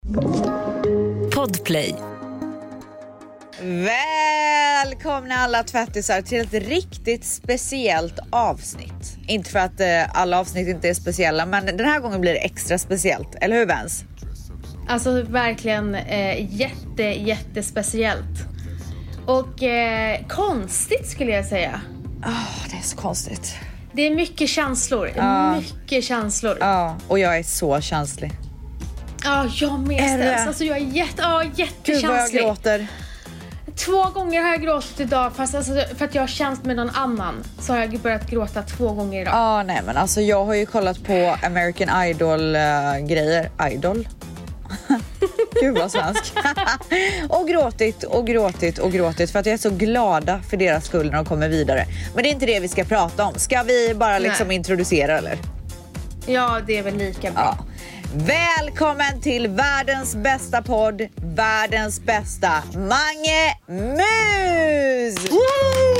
Podplay. Välkomna alla tvättisar till ett riktigt speciellt avsnitt. Inte för att alla avsnitt inte är speciella, men den här gången blir det extra speciellt. Eller hur, Vens? Alltså verkligen jättespeciellt. Och konstigt skulle jag säga. Det är så konstigt. Det är mycket känslor. Mycket känslor. Ja, och jag är så känslig. Ja, jag med. Alltså jag är jättekänslig. Gud vad jag gråter. 2 gånger har jag gråtit idag, fast alltså, för att jag har känt med någon annan. Så har jag börjat gråta 2 gånger idag. Nej men alltså jag har ju kollat på American Idol grejer. Idol? Gud vad svensk. och gråtit för att jag är så glada för deras skull när de kommer vidare. Men det är inte det vi ska prata om. Ska vi bara liksom introducera, eller? Ja, det är väl lika bra. Ja. Välkommen till världens bästa podd, världens bästa Mange Mus! Woo!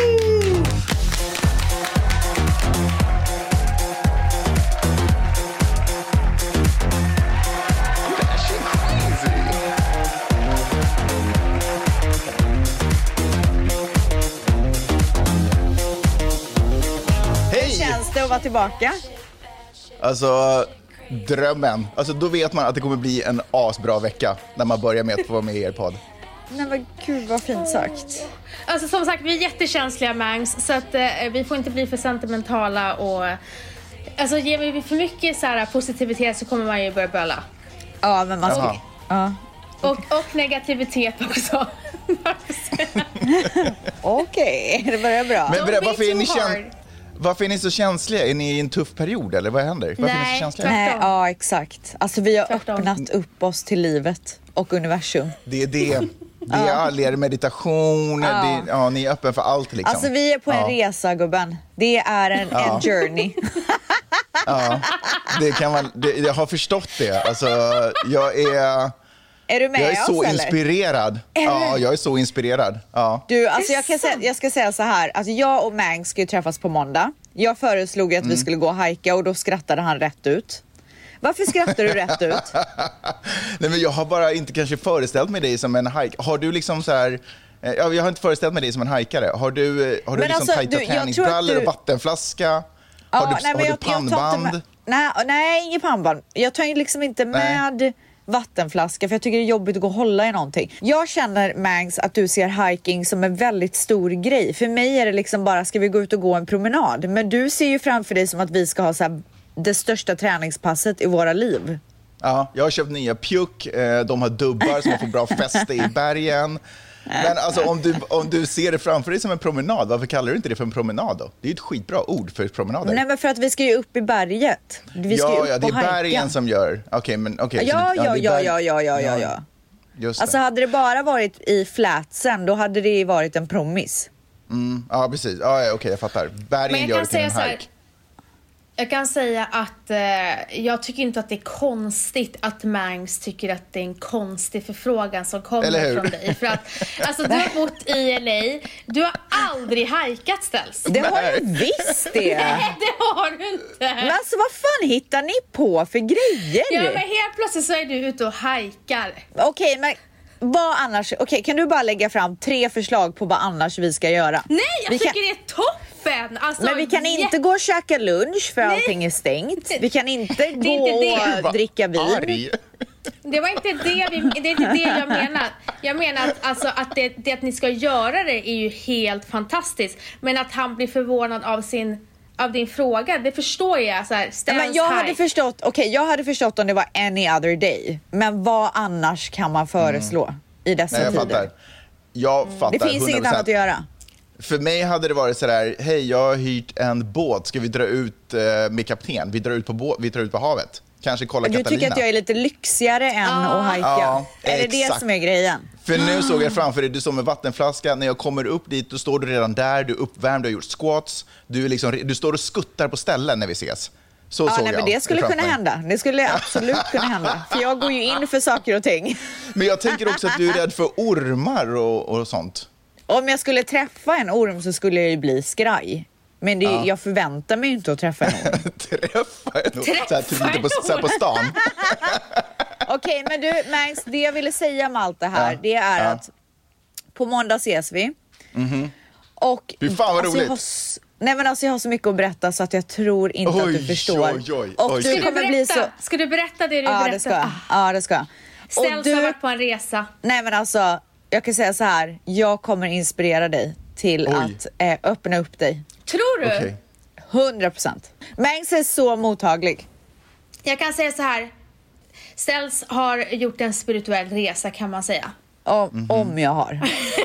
Hej! Hur känns det att vara tillbaka? Alltså, drömmen. Alltså, då vet man att det kommer bli en asbra vecka när man börjar med att få vara med i er podd. Nej men gud vad fint sagt. Alltså som sagt, vi är jättekänsliga, Mangs. Så att vi får inte bli för sentimentala. Och alltså ger vi för mycket så här positivitet så kommer man ju börja böla. Ja men man ska... Ja. Och negativitet också. Okej, det börjar bra. Men varför är ni så känsliga? Är ni i en tuff period eller vad händer? Varför är ni så känsliga? Nej, ja exakt. Alltså vi har öppnat upp oss till livet och universum. Det är all er meditation, ni är öppen för allt liksom. Alltså vi är på en resa, gubben. Det är en journey. Ja, det kan man, jag har förstått det. Alltså, Är du med jag är så oss, inspirerad. Ja, jag är så inspirerad. Ja. Du, alltså jag ska säga så här. Alltså jag och Mang ska ju träffas på måndag. Jag föreslog att vi skulle gå och hajka och då skrattade han rätt ut. Varför skrattar du rätt ut? Nej, men jag har bara inte kanske föreställt mig dig som en hike. Har du liksom så här... jag har inte föreställt mig dig som en hajkare. Har du liksom alltså, tajta träningsbrallor och vattenflaska? Har du pannband? Nej, ingen pannband. Jag tar ju liksom inte med vattenflaska för jag tycker det är jobbigt att gå och hålla i någonting. Jag känner, Mangs, att du ser hiking som en väldigt stor grej. För mig är det liksom bara, ska vi gå ut och gå en promenad? Men du ser ju framför dig som att vi ska ha så här, det största träningspasset i våra liv. Ja, jag har köpt nya pjuck. De har dubbar som får bra fäste i bergen. Men alltså om du ser det framför dig som en promenad, varför kallar du inte det för en promenad då? Det är ju ett skitbra ord för promenader. Nej, men för att vi ska ju upp i berget. Vi ska ja, upp det är hajka. Bergen som gör. Okej. Ja. Just alltså hade det bara varit i flatsen, då hade det varit en promis. Ja, precis. Ja, okej, jag fattar. Bergen gör det till en hike. Jag kan säga att jag tycker inte att det är konstigt att Mangs tycker att det är en konstig förfrågan som kommer från dig. För att alltså, du har bott i LA, du har aldrig hajkat, Ställs. Det har du visst det. Nej, det har du inte. Men alltså vad fan hittar ni på för grejer? Ja, men helt plötsligt så är du ute och hajkar. Okej, men vad annars? Okej, kan du bara lägga fram 3 förslag på vad annars vi ska göra? Nej, jag tycker det är toppen. Alltså, men vi kan inte gå och käka lunch för allting är stängt. Vi kan inte gå och dricka vin. Det var inte det det är inte det jag menar. Jag menar att, alltså, att det att ni ska göra det är ju helt fantastiskt. Men att han blir förvånad av din fråga, det förstår jag så här. Men jag hade förstått om det var any other day. Men vad annars kan man föreslå i dessa tider? Jag fattar. Det finns 100%. Inget annat att göra. För mig hade det varit så där: hej, jag har hyrt en båt. Ska vi dra ut med kapten? Vi drar ut på havet. Kanske kolla Catalina. Du tycker att jag är lite lyxigare än att hajka. Ja, är det det som är grejen? För nu såg jag framför dig, du står med vattenflaska. När jag kommer upp dit, då står du redan där. Du är uppvärmd, du har gjort squats. Du står och skuttar på ställen när vi ses. Så såg men jag. det skulle kunna hända. Det skulle absolut kunna hända. För jag går ju in för saker och ting. Men jag tänker också att du är rädd för ormar och sånt. Om jag skulle träffa en orm så skulle jag ju bli skraj. Men jag förväntar mig inte att träffa en orm. Träffa en orm? Så här, typ lite på stan. Okej, men du Mangs, det jag ville säga med allt det här, det är att på måndag ses vi. Och fy fan vad roligt. Nej men alltså jag har så mycket att berätta så att jag tror inte att du förstår. Och du kommer bli så... Ska du berätta det du berättar? Det ska jag. Ja, det ska jag. Ställs har varit på en resa. Nej men alltså, jag kan säga så här. Jag kommer inspirera dig till att öppna upp dig. Tror du? Okay. 100%. Mangs är så mottaglig. Jag kan säga så här. Ställs har gjort en spirituell resa kan man säga. Om jag har.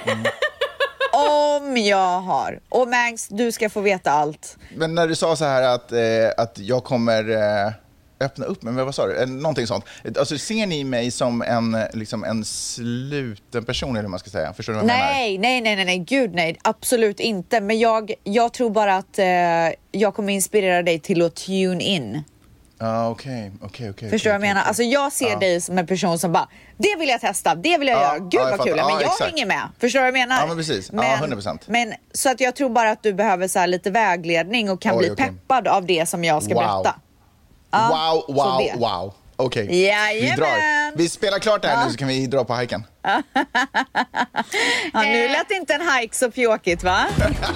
Om jag har. Och Mangs, du ska få veta allt. Men när du sa så här att jag kommer öppna upp, men vad sa du? Någonting sånt. Alltså ser ni mig som en sluten person eller vad man ska säga? Förstår du vad jag menar? Nej, gud nej, absolut inte. Men jag tror bara att jag kommer inspirera dig till att tune in. Okej. Förstår vad jag menar? Alltså jag ser dig som en person som bara, det vill jag testa, det vill jag göra. Gud vad kul, men jag hänger med. Förstår vad jag menar? Ja men precis, 100%. Men så att jag tror bara att du behöver så här lite vägledning och kan bli peppad av det som jag ska berätta. Wow. Okej, vi drar. Vi spelar klart det här nu så kan vi dra på hajken. Nu lät inte en hike så pjåkigt, va?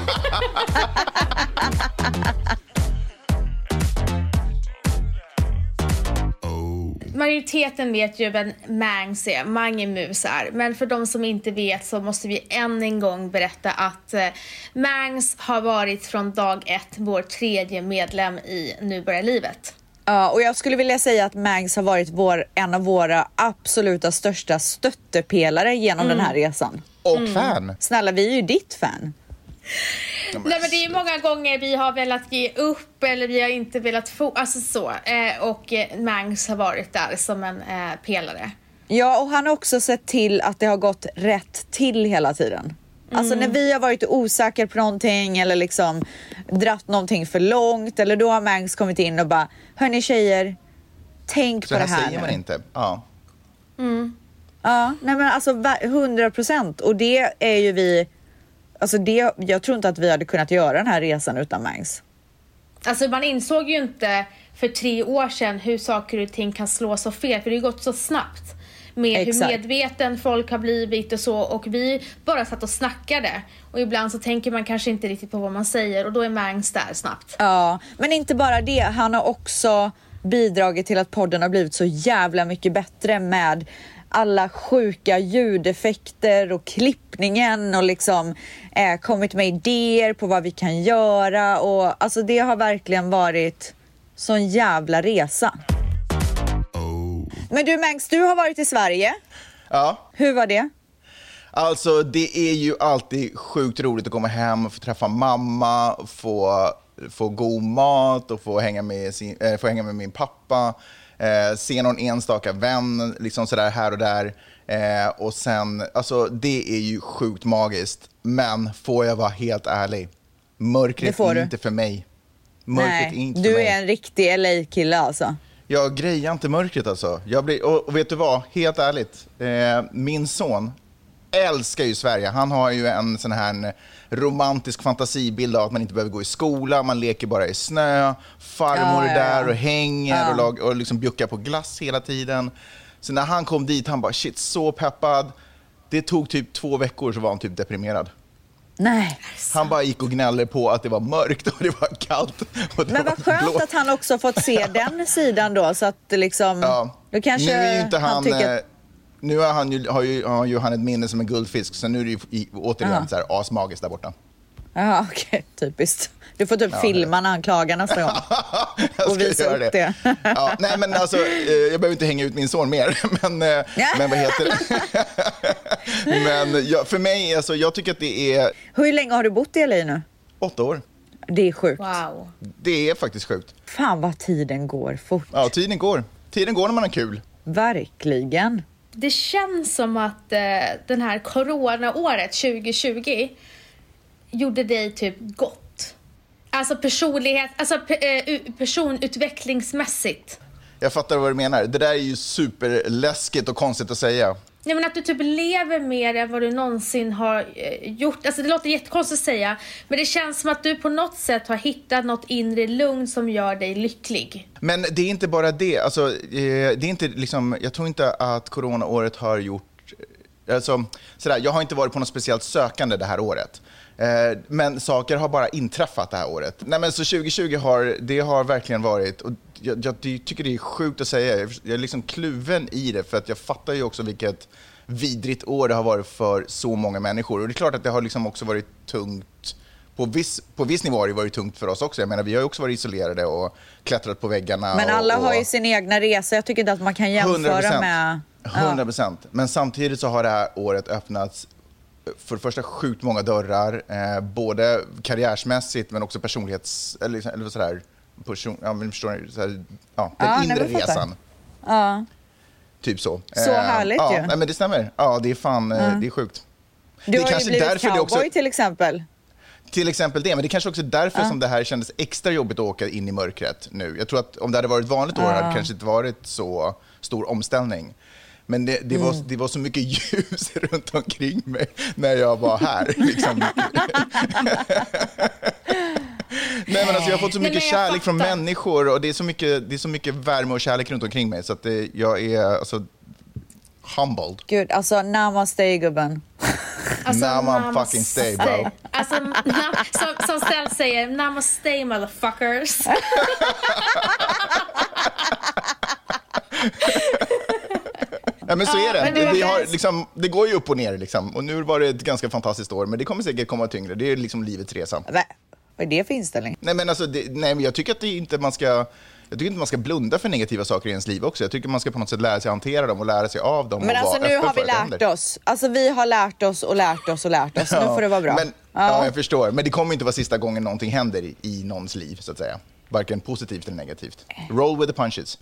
Majoriteten vet ju vem Mangs är, Mange Mus är. Men för de som inte vet så måste vi än en gång berätta att Mangs har varit från dag 1 vår 3:e medlem i Nu börjar livet. Ja, och jag skulle vilja säga att Mangs har varit en av våra absoluta största stöttepelare genom den här resan. Och fan. Snälla, vi är ju ditt fan. Nej men det är ju många gånger vi har velat ge upp eller vi har inte velat få, alltså så. Och Mangs har varit där som en pelare. Ja, och han har också sett till att det har gått rätt till hela tiden. Alltså när vi har varit osäkra på någonting eller liksom dratt någonting för långt, eller då har Mangs kommit in och bara, hörni tjejer, tänk så på det här. Så säger man inte, ja. Ja, nej men alltså 100%. Och det är ju vi, alltså jag tror inte att vi hade kunnat göra den här resan utan Mangs. Alltså man insåg ju inte för 3 år sedan hur saker och ting kan slå så fel, för det har gått så snabbt. Med hur medveten folk har blivit och så. Och vi bara satt och snackade. Och ibland så tänker man kanske inte riktigt på vad man säger. Och då är Mangs där snabbt. Ja, men inte bara det. Han har också bidragit till att podden har blivit så jävla mycket bättre med alla sjuka ljudeffekter och klippningen och liksom kommit med idéer på vad vi kan göra. Och alltså det har verkligen varit sån jävla resa. Men du Mangs, du har varit i Sverige. Ja. Hur var det? Alltså det är ju alltid sjukt roligt att komma hem och få träffa mamma, få god mat och få hänga med min pappa, se någon enstaka vän liksom sådär här och där. Och sen, alltså det är ju sjukt magiskt. Men får jag vara helt ärlig, mörkret är inte för mig. Mörkret är inte för mig. Du är en riktig LA-kille alltså. Jag grejar inte mörkret alltså. Och vet du vad? Helt ärligt. Min son älskar ju Sverige. Han har ju en sån här romantisk fantasibild av att man inte behöver gå i skola. Man leker bara i snö. Farmor är där och hänger och liksom bjuckar på glass hela tiden. Så när han kom dit, han bara shit, så peppad. Det tog typ 2 veckor så var han typ deprimerad. Nej. Han bara gick och gnällde på att det var mörkt och det var kallt. Och men vad skönt blått. Att han också fått se den sidan då. Så att det liksom... Ja. Då kanske nu är ju inte han... tycker... Nu har ju han ett minne som en guldfisk. Så nu är det ju återigen så här asmagiskt där borta. Ja, okej. Typiskt. Du får typ filma när han klagar nästa gång. Och visa upp det. Ja, nej, men alltså, jag behöver inte hänga ut min son mer. Men vad heter det? Men för mig, alltså, jag tycker att det är... Hur länge har du bott i LA nu? 8 år. Det är sjukt. Wow. Det är faktiskt sjukt. Fan vad tiden går fort. Ja, tiden går. Tiden går när man har kul. Verkligen. Det känns som att den här coronaåret 2020 gjorde dig typ gott. Alltså personutvecklingsmässigt. Jag fattar vad du menar. Det där är ju superläskigt och konstigt att säga. Nej, men att du typ lever mer än vad du någonsin har gjort. Alltså det låter jättekonstigt att säga. Men det känns som att du på något sätt har hittat något inre lugn som gör dig lycklig. Men det är inte bara det. Alltså, det är inte liksom, jag tror inte att coronaåret har gjort... Alltså, sådär, jag har inte varit på något speciellt sökande det här året. Men saker har bara inträffat det här året. Nej, men så 2020 har verkligen varit... Och jag tycker det är sjukt att säga. Jag är liksom kluven i det, för att jag fattar ju också vilket vidrigt år det har varit för så många människor. Och det är klart att det har liksom också varit tungt. På viss nivå har det varit tungt för oss också. Jag menar, vi har ju också varit isolerade och klättrat på väggarna. Men alla har ju sin egna resa. Jag tycker inte att man kan jämföra 100%, med... 100%. Men samtidigt så har det här året öppnats för det första sjukt många dörrar. Både karriärsmässigt men också eller sådär... den inre resan. Ja. Typ så. Så härligt ju. Nej, men det stämmer. Ja, det är fan, det är sjukt. Du har ju blivit cowboy också, till exempel. Till exempel det, men det kanske också är därför som det här kändes extra jobbigt att åka in i mörkret nu. Jag tror att om det hade varit ett vanligt år hade det kanske inte varit så stor omställning. Men det var så mycket ljus runt omkring mig när jag var här. Liksom. Nej, men alltså, jag har fått så mycket kärlek från människor och det är så mycket värme och kärlek runt omkring mig så att jag är alltså humbled. Gud, alltså namaste gubben. Alltså, namaste fucking stay, bro. Alltså, som Stell säger, namaste motherfuckers. Ja, men så är det. Vi har, liksom, det går ju upp och ner. Liksom. Och nu var det ett ganska fantastiskt år, men det kommer säkert komma tyngre. Det är liksom livets resa. Vad är det för inställning? Nej, men alltså, men jag tycker att man ska blunda för negativa saker i ens liv också. Jag tycker man ska på något sätt lära sig hantera dem och lära sig av dem. Men och alltså nu har vi lärt oss. Alltså vi har lärt oss. Nu får det vara bra. Men, ja, jag förstår. Men det kommer inte vara sista gången någonting händer i någons liv, så att säga. Varken positivt eller negativt. Roll with the punches.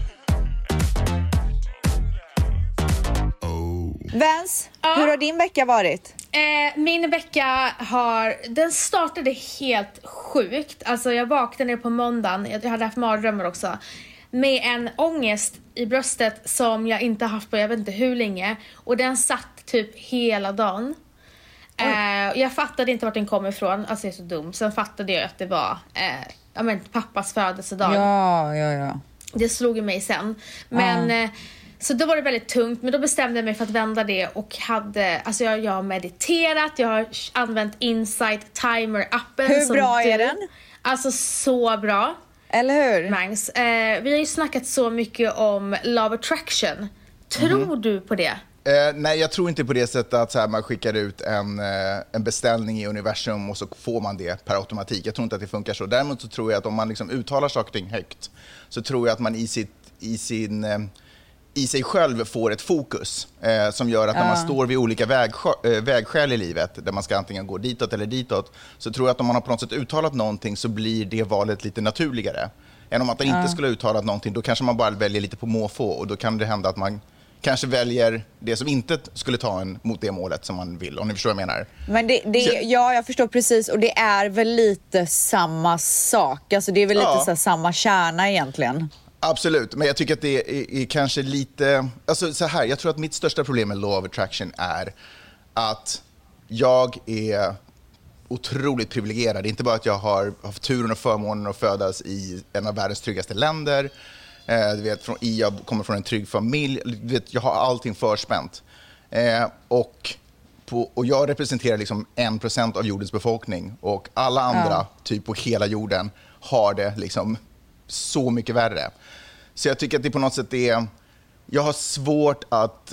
Vans, hur har din vecka varit? Min vecka den startade helt sjukt. Alltså jag vaknade ner på måndagen, jag hade haft mardrömmar också, med en ångest i bröstet som jag inte haft på jag vet inte hur länge. Och den satt typ hela dagen. Jag fattade inte vart den kom ifrån, alltså jag är så dum. Sen fattade jag att det var pappas födelsedag. Ja. Det slog mig sen. Men... Så då var det väldigt tungt, men då bestämde jag mig för att vända det och jag har mediterat, jag har använt Insight Timer-appen. Hur bra är den? Alltså så bra. Eller hur? Mangs. Vi har ju snackat så mycket om Love Attraction. Tror du på det? Nej, jag tror inte på det sättet att så här, man skickar ut en beställning i universum och så får man det per automatik. Jag tror inte att det funkar så. Däremot så tror jag att om man liksom uttalar saker och ting högt så tror jag att man i sig själv får ett fokus som gör att när man står vid olika vägskäl i livet där man ska antingen gå ditåt eller ditåt, så tror jag att om man har på något sätt uttalat någonting så blir det valet lite naturligare. Än om man inte skulle ha uttalat någonting, då kanske man bara väljer lite på måfå och då kan det hända att man kanske väljer det som inte skulle ta en mot det målet som man vill, om ni förstår vad jag menar. Men jag förstår precis, och det är väl lite samma sak. Alltså det är väl lite så här, samma kärna egentligen. Absolut, men jag tycker att det är kanske lite... Alltså så här, jag tror att mitt största problem med Law of Attraction är att jag är otroligt privilegierad. Det är inte bara att jag har haft turen och förmånen att födas i en av världens tryggaste länder. Du vet, jag kommer från en trygg familj. Du vet, jag har allting förspänt. Och jag representerar liksom 1% av jordens befolkning. Och alla andra, typ på hela jorden, har det liksom så mycket värre. Så jag tycker att det på något sätt är... Jag har svårt att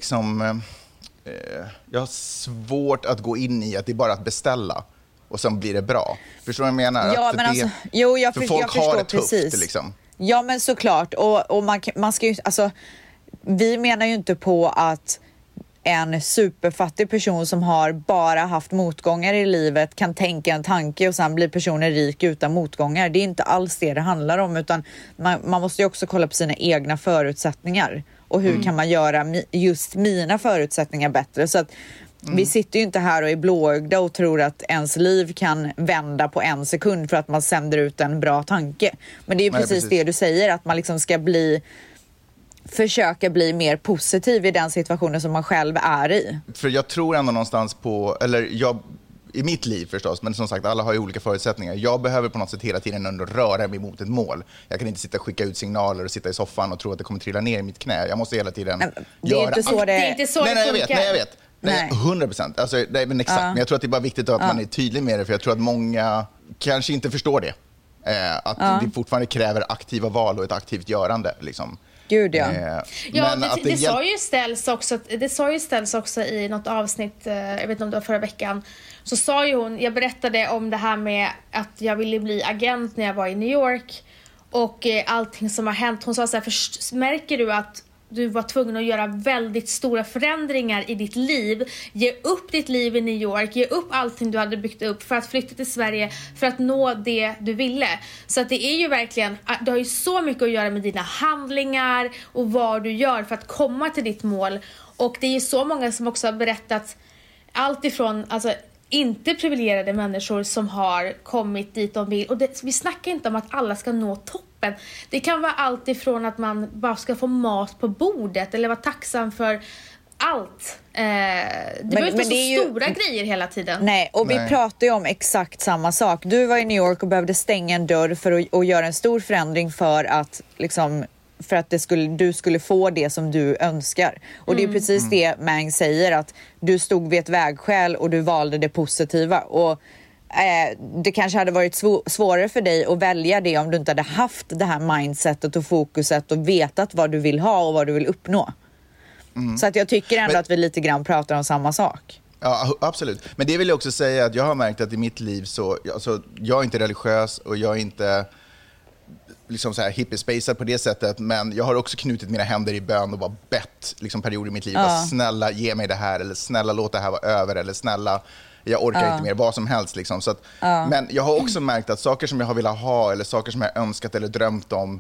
jag har svårt att gå in i att det är bara att beställa och sen blir det bra. Förstår du vad jag menar? Ja, men alltså, jag förstår precis. Tufft, liksom. Ja, men såklart. Och man ska ju... Alltså, vi menar ju inte på att en superfattig person som har bara haft motgångar i livet kan tänka en tanke och sen blir personen rik utan motgångar. Det är inte alls det handlar om, utan man måste ju också kolla på sina egna förutsättningar och hur kan man göra just mina förutsättningar bättre. Så att Vi sitter ju inte här och är blåögda och tror att ens liv kan vända på 1 sekund för att man sänder ut en bra tanke. Men det är ju precis det du säger, att man liksom ska försöka bli mer positiv i den situationen som man själv är i. För jag tror ändå någonstans på, i mitt liv förstås, men som sagt, alla har ju olika förutsättningar. Jag behöver på något sätt hela tiden ändå röra mig mot ett mål. Jag kan inte sitta och skicka ut signaler och sitta i soffan och tro att det kommer trilla ner i mitt knä. Jag måste hela tiden det är inte så det är inte så det funkar. Nej, jag vet. Nej, 100%. Alltså, men exakt. Men jag tror att det är bara viktigt att man är tydlig med det, för jag tror att många kanske inte förstår det. Att det fortfarande kräver aktiva val och ett aktivt görande, liksom. Gud, ja. Men det sa ju Ställs också i något avsnitt, jag vet inte om det var förra veckan, så sa ju hon, jag berättade om det här med att jag ville bli agent när jag var i New York och allting som har hänt. Hon sa så här, märker du att du var tvungen att göra väldigt stora förändringar i ditt liv. Ge upp ditt liv i New York. Ge upp allting du hade byggt upp för att flytta till Sverige, för att nå det du ville. Så att det är ju verkligen, det har ju så mycket att göra med dina handlingar och vad du gör för att komma till ditt mål. Och det är ju så många som också har berättat allt ifrån, alltså inte privilegierade människor som har kommit dit de vill. Och vi snackar inte om att alla ska nå toppen. Det kan vara allt ifrån att man bara ska få mat på bordet eller vara tacksam för allt. Det behöver inte så stora grejer hela tiden. Nej, och vi pratar ju om exakt samma sak. Du var i New York och behövde stänga en dörr för att göra en stor förändring för att du skulle få det som du önskar. Och det är precis det Mang säger, att du stod vid ett vägskäl och du valde det positiva. Och det kanske hade varit svårare för dig att välja det om du inte hade haft det här mindsetet och fokuset och vetat vad du vill ha och vad du vill uppnå. Så att jag tycker ändå att vi lite grann pratar om samma sak. Ja, absolut. Men det vill jag också säga, att jag har märkt att i mitt liv så, alltså, jag är inte religiös och jag är inte liksom så här hippie-spacad på det sättet, men jag har också knutit mina händer i bön och bara bett liksom perioder i mitt liv. Bara, snälla ge mig det här, eller snälla låt det här vara över, eller snälla jag orkar inte mer, vad som helst liksom. Så att, men jag har också märkt att saker som jag har velat ha eller saker som jag önskat eller drömt om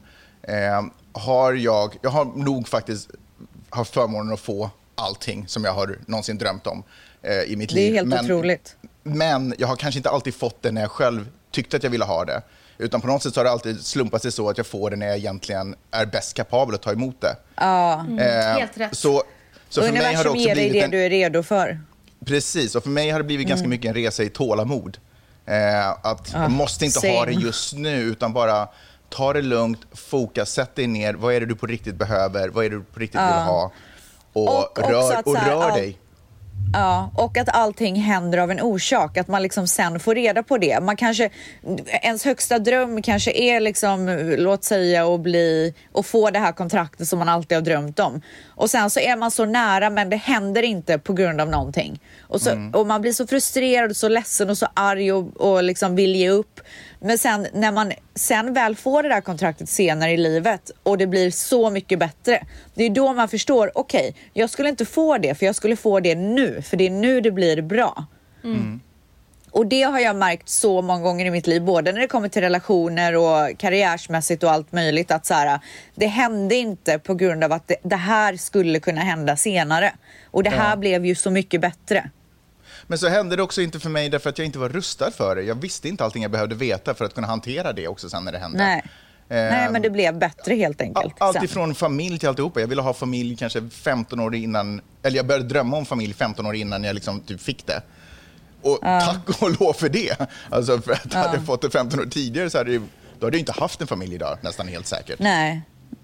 jag har nog faktiskt haft förmånen att få allting som jag har någonsin drömt om i mitt liv. Det är helt otroligt. Men jag har kanske inte alltid fått det när jag själv tyckte att jag ville ha det. Utan på något sätt så har det alltid slumpat sig så att jag får det när jag egentligen är bäst kapabel att ta emot det. Helt rätt. Så för mig har det också blivit det du är redo för. Precis, och för mig har det blivit ganska mycket en resa i tålamod. Att man måste inte ha det just nu, utan bara ta det lugnt, foka, sätt dig ner. Vad är det du på riktigt behöver? Vad är det du på riktigt vill ha? Och rör dig. Ja, och att allting händer av en orsak. Att man liksom sen får reda på det. Man kanske, ens högsta dröm kanske är liksom, låt säga, att få det här kontraktet som man alltid har drömt om. Och sen så är man så nära, men det händer inte på grund av någonting. Och man blir så frustrerad och så ledsen och så arg och liksom vill ge upp. Men sen när man sen väl får det där kontraktet senare i livet och det blir så mycket bättre, det är då man förstår, okej, jag skulle inte få det, för jag skulle få det nu, för det är nu det blir bra. Och det har jag märkt så många gånger i mitt liv, både när det kommer till relationer och karriärsmässigt och allt möjligt, att så här, det hände inte på grund av att det här skulle kunna hända senare. Och det här blev ju så mycket bättre. Men så hände det också inte för mig därför att jag inte var rustad för det. Jag visste inte allting jag behövde veta för att kunna hantera det också sen när det hände. Nej, men det blev bättre helt enkelt. Allt ifrån familj till alltihopa. Jag ville ha familj kanske 15 år innan, eller jag började drömma om familj 15 år innan jag liksom typ fick det. Och tack och lov för det. Alltså för att hade jag fått det 15 år tidigare så hade då hade jag inte haft en familj idag, nästan helt säkert. Nej.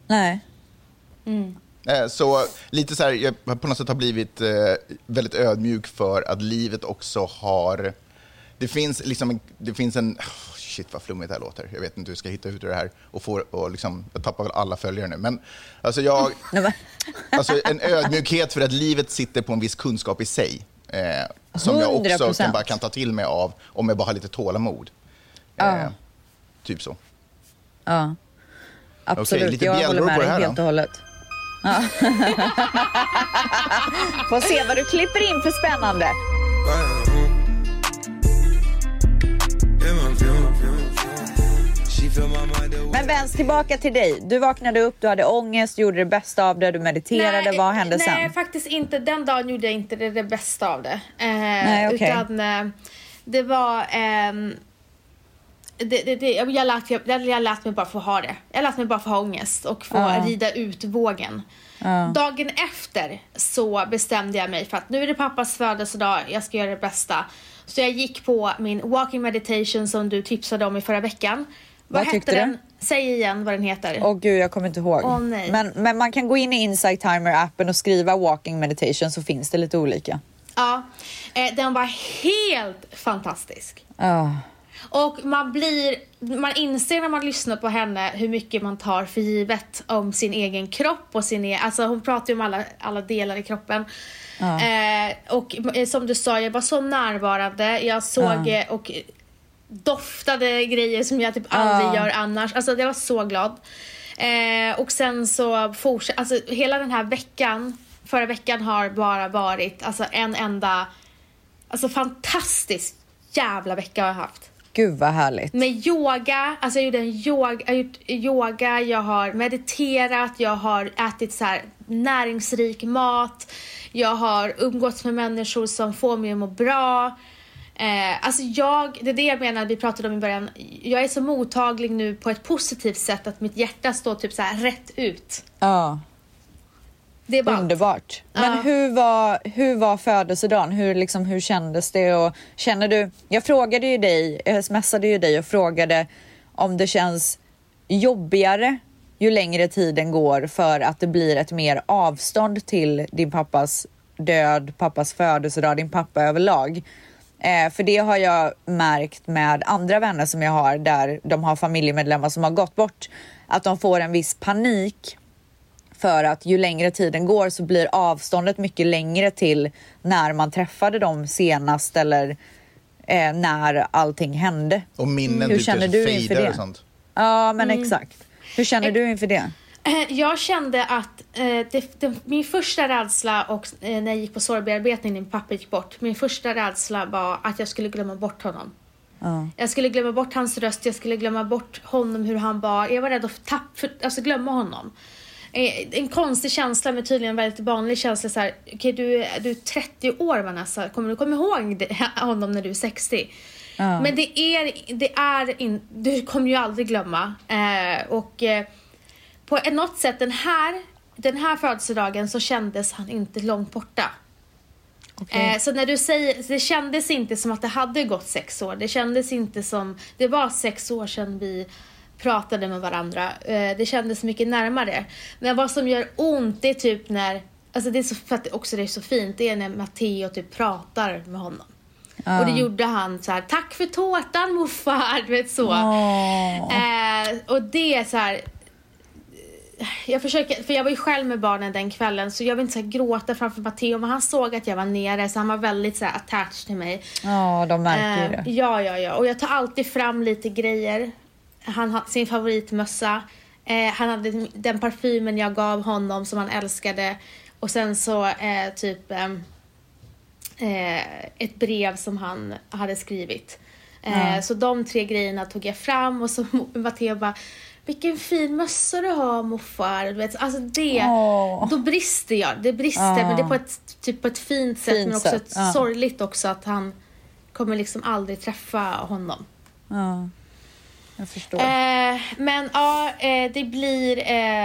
Så lite så här, jag på något sätt har blivit väldigt ödmjuk för att livet också har, det finns en shit vad flummigt det här låter, jag vet inte hur jag ska hitta ut ur det här och liksom, jag tappar väl alla följare nu, men alltså alltså en ödmjukhet för att livet sitter på en viss kunskap i sig, som 100%. Jag också kan ta till mig av om jag bara har lite tålamod. Typ så. Ja, absolut. Okay, lite jag håller med dig helt och hållet. Ja. Får se vad du klipper in för spännande. She Men Vens, tillbaka till dig. Du vaknade upp, du hade ångest, du gjorde det bästa av det, du mediterade. Vad hände sen? Nej, faktiskt inte. Den dagen gjorde jag inte det bästa av det. Nej, okay. Utan det var... Jag lät mig bara få ha det. Jag lät mig bara få ha ångest och få rida ut vågen. Dagen efter så bestämde jag mig för att nu är det pappas födelsedag, jag ska göra det bästa. Så jag gick på min walking meditation som du tipsade om i förra veckan. Vad hette den? Säg igen vad den heter. Gud, jag kommer inte ihåg. Nej. Men man kan gå in i Insight Timer-appen och skriva walking meditation, så finns det lite olika. Ja, den var helt fantastisk. Och man inser när man lyssnar på henne hur mycket man tar för givet om sin egen kropp och alltså hon pratar ju om alla delar i kroppen. Och som du sa, jag var så närvarande. Jag såg och doftade grejer som jag typ aldrig gör annars. Alltså jag var så glad. Och sen så fortsatte, alltså hela den här veckan, förra veckan har bara varit alltså en enda, alltså fantastisk jävla vecka har jag haft. Gud vad härligt. Med yoga, alltså jag har gjort yoga, jag har mediterat, jag har ätit så här näringsrik mat, jag har umgåtts med människor som får mig att må bra. Alltså det är det jag menar, vi pratade om i början. Jag är så mottaglig nu på ett positivt sätt att mitt hjärta står typ så här rätt ut. Det är underbart. Men hur var födelsedagen? Hur kändes det? Och känner du, jag smsade ju dig och frågade om det känns jobbigare ju längre tiden går för att det blir ett mer avstånd till din pappas död, pappas födelsedag, din pappa överlag. För det har jag märkt med andra vänner som jag har där de har familjemedlemmar som har gått bort, att de får en viss panik för att ju längre tiden går så blir avståndet mycket längre till när man träffade dem senast eller när allting hände. Och minnen hur känner du inför det? Och sånt. Ja, men exakt. Hur känner du inför det? Jag kände att min första rädsla och när jag gick på sorgbearbetning när min pappa gick bort, min första rädsla var att jag skulle glömma bort honom. Jag skulle glömma bort hans röst, jag skulle glömma bort honom, hur han var. Jag var rädd att glömma honom. En konstig känsla, men tydligen en väldigt vanlig känsla så här, okej, du är 30 år, Vanessa, kommer du komma ihåg honom när du är 60? Men du kommer ju aldrig glömma. På något sätt den här födelsedagen så kändes han inte långt borta. Så när du säger, det kändes inte som att det hade gått 6 år. Det kändes inte som, det var 6 år sedan vi pratade med varandra. Det kändes mycket närmare. Men vad som gör ont är typ när, alltså det är så, för att också det är så fint, det är när Matteo typ pratar med honom. Och det gjorde han så här: tack för tårtan, morfar, du vet så. Och det är så här, jag försöker, för jag var ju själv med barnen den kvällen, så jag vill inte så här gråta framför Matteo, men han såg att jag var nere, så han var väldigt så här attached till mig. De märker det. Ja, och jag tar alltid fram lite grejer. Han hade sin favoritmössa. Han hade den parfymen jag gav honom som han älskade. Och sen så ett brev som han hade skrivit. Så de 3 grejerna tog jag fram. Och så Matteo bara: vilken fin mössa du har, morfar. Du vet, alltså då brister jag. Det brister, men det är på ett fint sätt. Men också ett sorgligt också, att han kommer liksom aldrig träffa honom. Jag förstår. Men det blir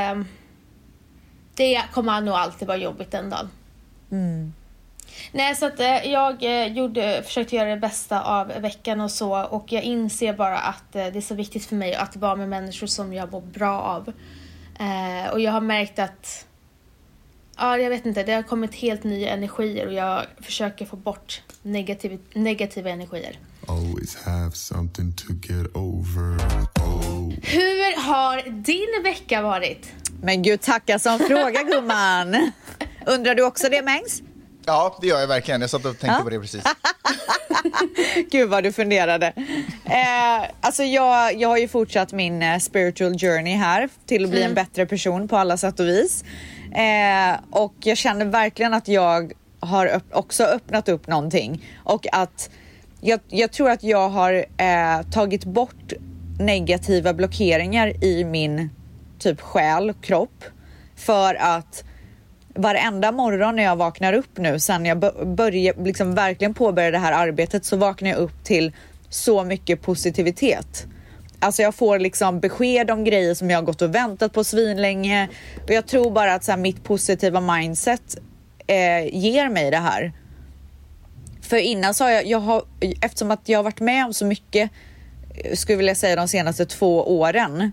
det kommer nog alltid vara jobbigt en dag. Nej, så att jag försökte göra det bästa av veckan och så, och jag inser bara att det är så viktigt för mig att vara med människor som jag mår bra av. Och jag har märkt att jag vet inte, det har kommit helt nya energier och jag försöker få bort negativa energier. Always have something to get over. Hur har din vecka varit? Men gud, tacka som fråga, gumman. Undrar du också det, Mengs? Ja, det gör jag verkligen. Jag satt och tänkte på det precis. Gud vad du funderade. Alltså jag har ju fortsatt min spiritual journey här till att bli en bättre person på alla sätt och vis. Och jag känner verkligen att jag har också öppnat upp någonting. Och att jag tror att jag har tagit bort negativa blockeringar i min typ själ och kropp. För att varenda morgon när jag vaknar upp nu, sen jag börjar liksom verkligen påbörja det här arbetet, så vaknar jag upp till så mycket positivitet. Alltså jag får liksom besked om grejer som jag har gått och väntat på svinlänge. Och jag tror bara att så här, mitt positiva mindset ger mig det här. För innan så har jag eftersom att jag har varit med om så mycket, skulle vilja säga de senaste 2 åren,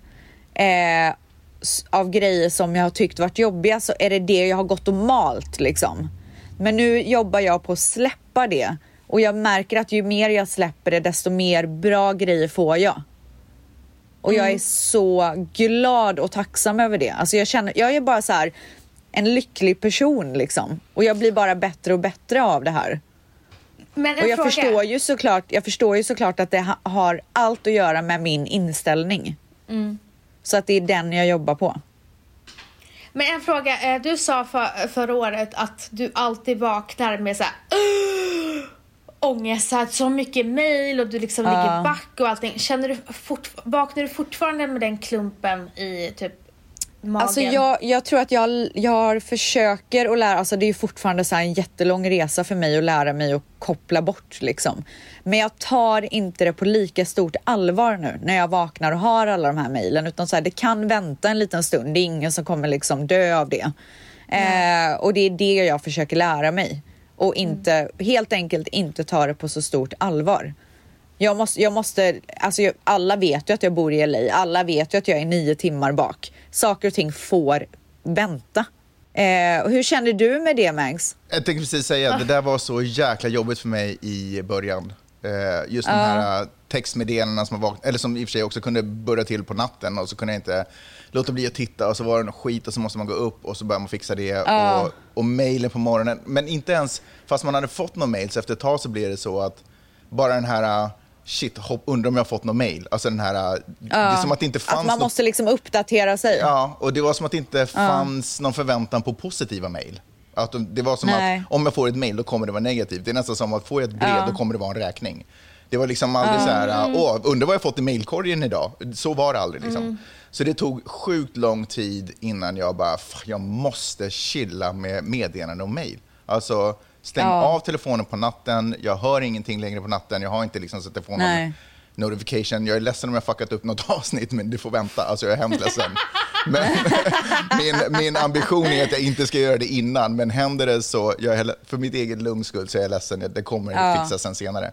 av grejer som jag har tyckt varit jobbiga, så är det jag har gått och malt liksom. Men nu jobbar jag på att släppa det. Och jag märker att ju mer jag släpper det, desto mer bra grejer får jag. Och jag är så glad och tacksam över det. Alltså jag är bara så här en lycklig person liksom. Och jag blir bara bättre och bättre av det här. Men och jag förstår ju såklart att det har allt att göra med min inställning. Så att det är den jag jobbar på. Men en fråga, du sa förra året att du alltid vaknar med så här ångest, så mycket mejl och du liksom ligger back och allting. Vaknar du fortfarande med den klumpen i typ magen? Alltså jag tror att jag försöker att lära, alltså det är ju fortfarande så här en jättelång resa för mig att lära mig att koppla bort liksom. Men jag tar inte det på lika stort allvar nu när jag vaknar och har alla de här mejlen, utan så här, det kan vänta en liten stund, det är ingen som kommer liksom dö av det. Och det är det jag försöker lära mig. Och helt enkelt inte ta det på så stort allvar. Jag måste, alltså alla vet ju att jag bor i LA. Alla vet ju att jag är 9 timmar bak. Saker och ting får vänta. Och hur känner du med det, Mangs? Jag tänkte precis säga att det där var så jäkla jobbigt för mig i början. Just de här textmeddelandena som i och för sig också kunde börja till på natten, och så kunde jag inte låta bli att titta, och så var det något skit och så måste man gå upp och så börjar man fixa det och mejlen på morgonen. Men inte ens, fast man hade fått någon mejl, så efter ett tag så blev det så att bara den här undrar om jag har fått någon mejl. Alltså den här, det är som att det inte fanns att man måste liksom uppdatera sig. Ja, och det var som att det inte fanns någon förväntan på positiva mejl. Att det var som att om jag får ett mejl då kommer det vara negativt. Det är nästan som att får jag ett brev då kommer det vara en räkning. Det var liksom aldrig så här, undrar vad jag fått i mejlkorgen idag. Så var det aldrig liksom. Så det tog sjukt lång tid innan jag bara, jag måste chilla med meddelanden och mejl. Alltså stäng av telefonen på natten, jag hör ingenting längre på natten, jag har inte liksom så att jag får någon notification. Jag är ledsen om jag fuckat upp något avsnitt, men det får vänta. Alltså jag är hemskt ledsen. Men min ambition är att jag inte ska göra det innan, men händer det så, för mitt eget lugns skull så är jag ledsen, det kommer fixa sen senare.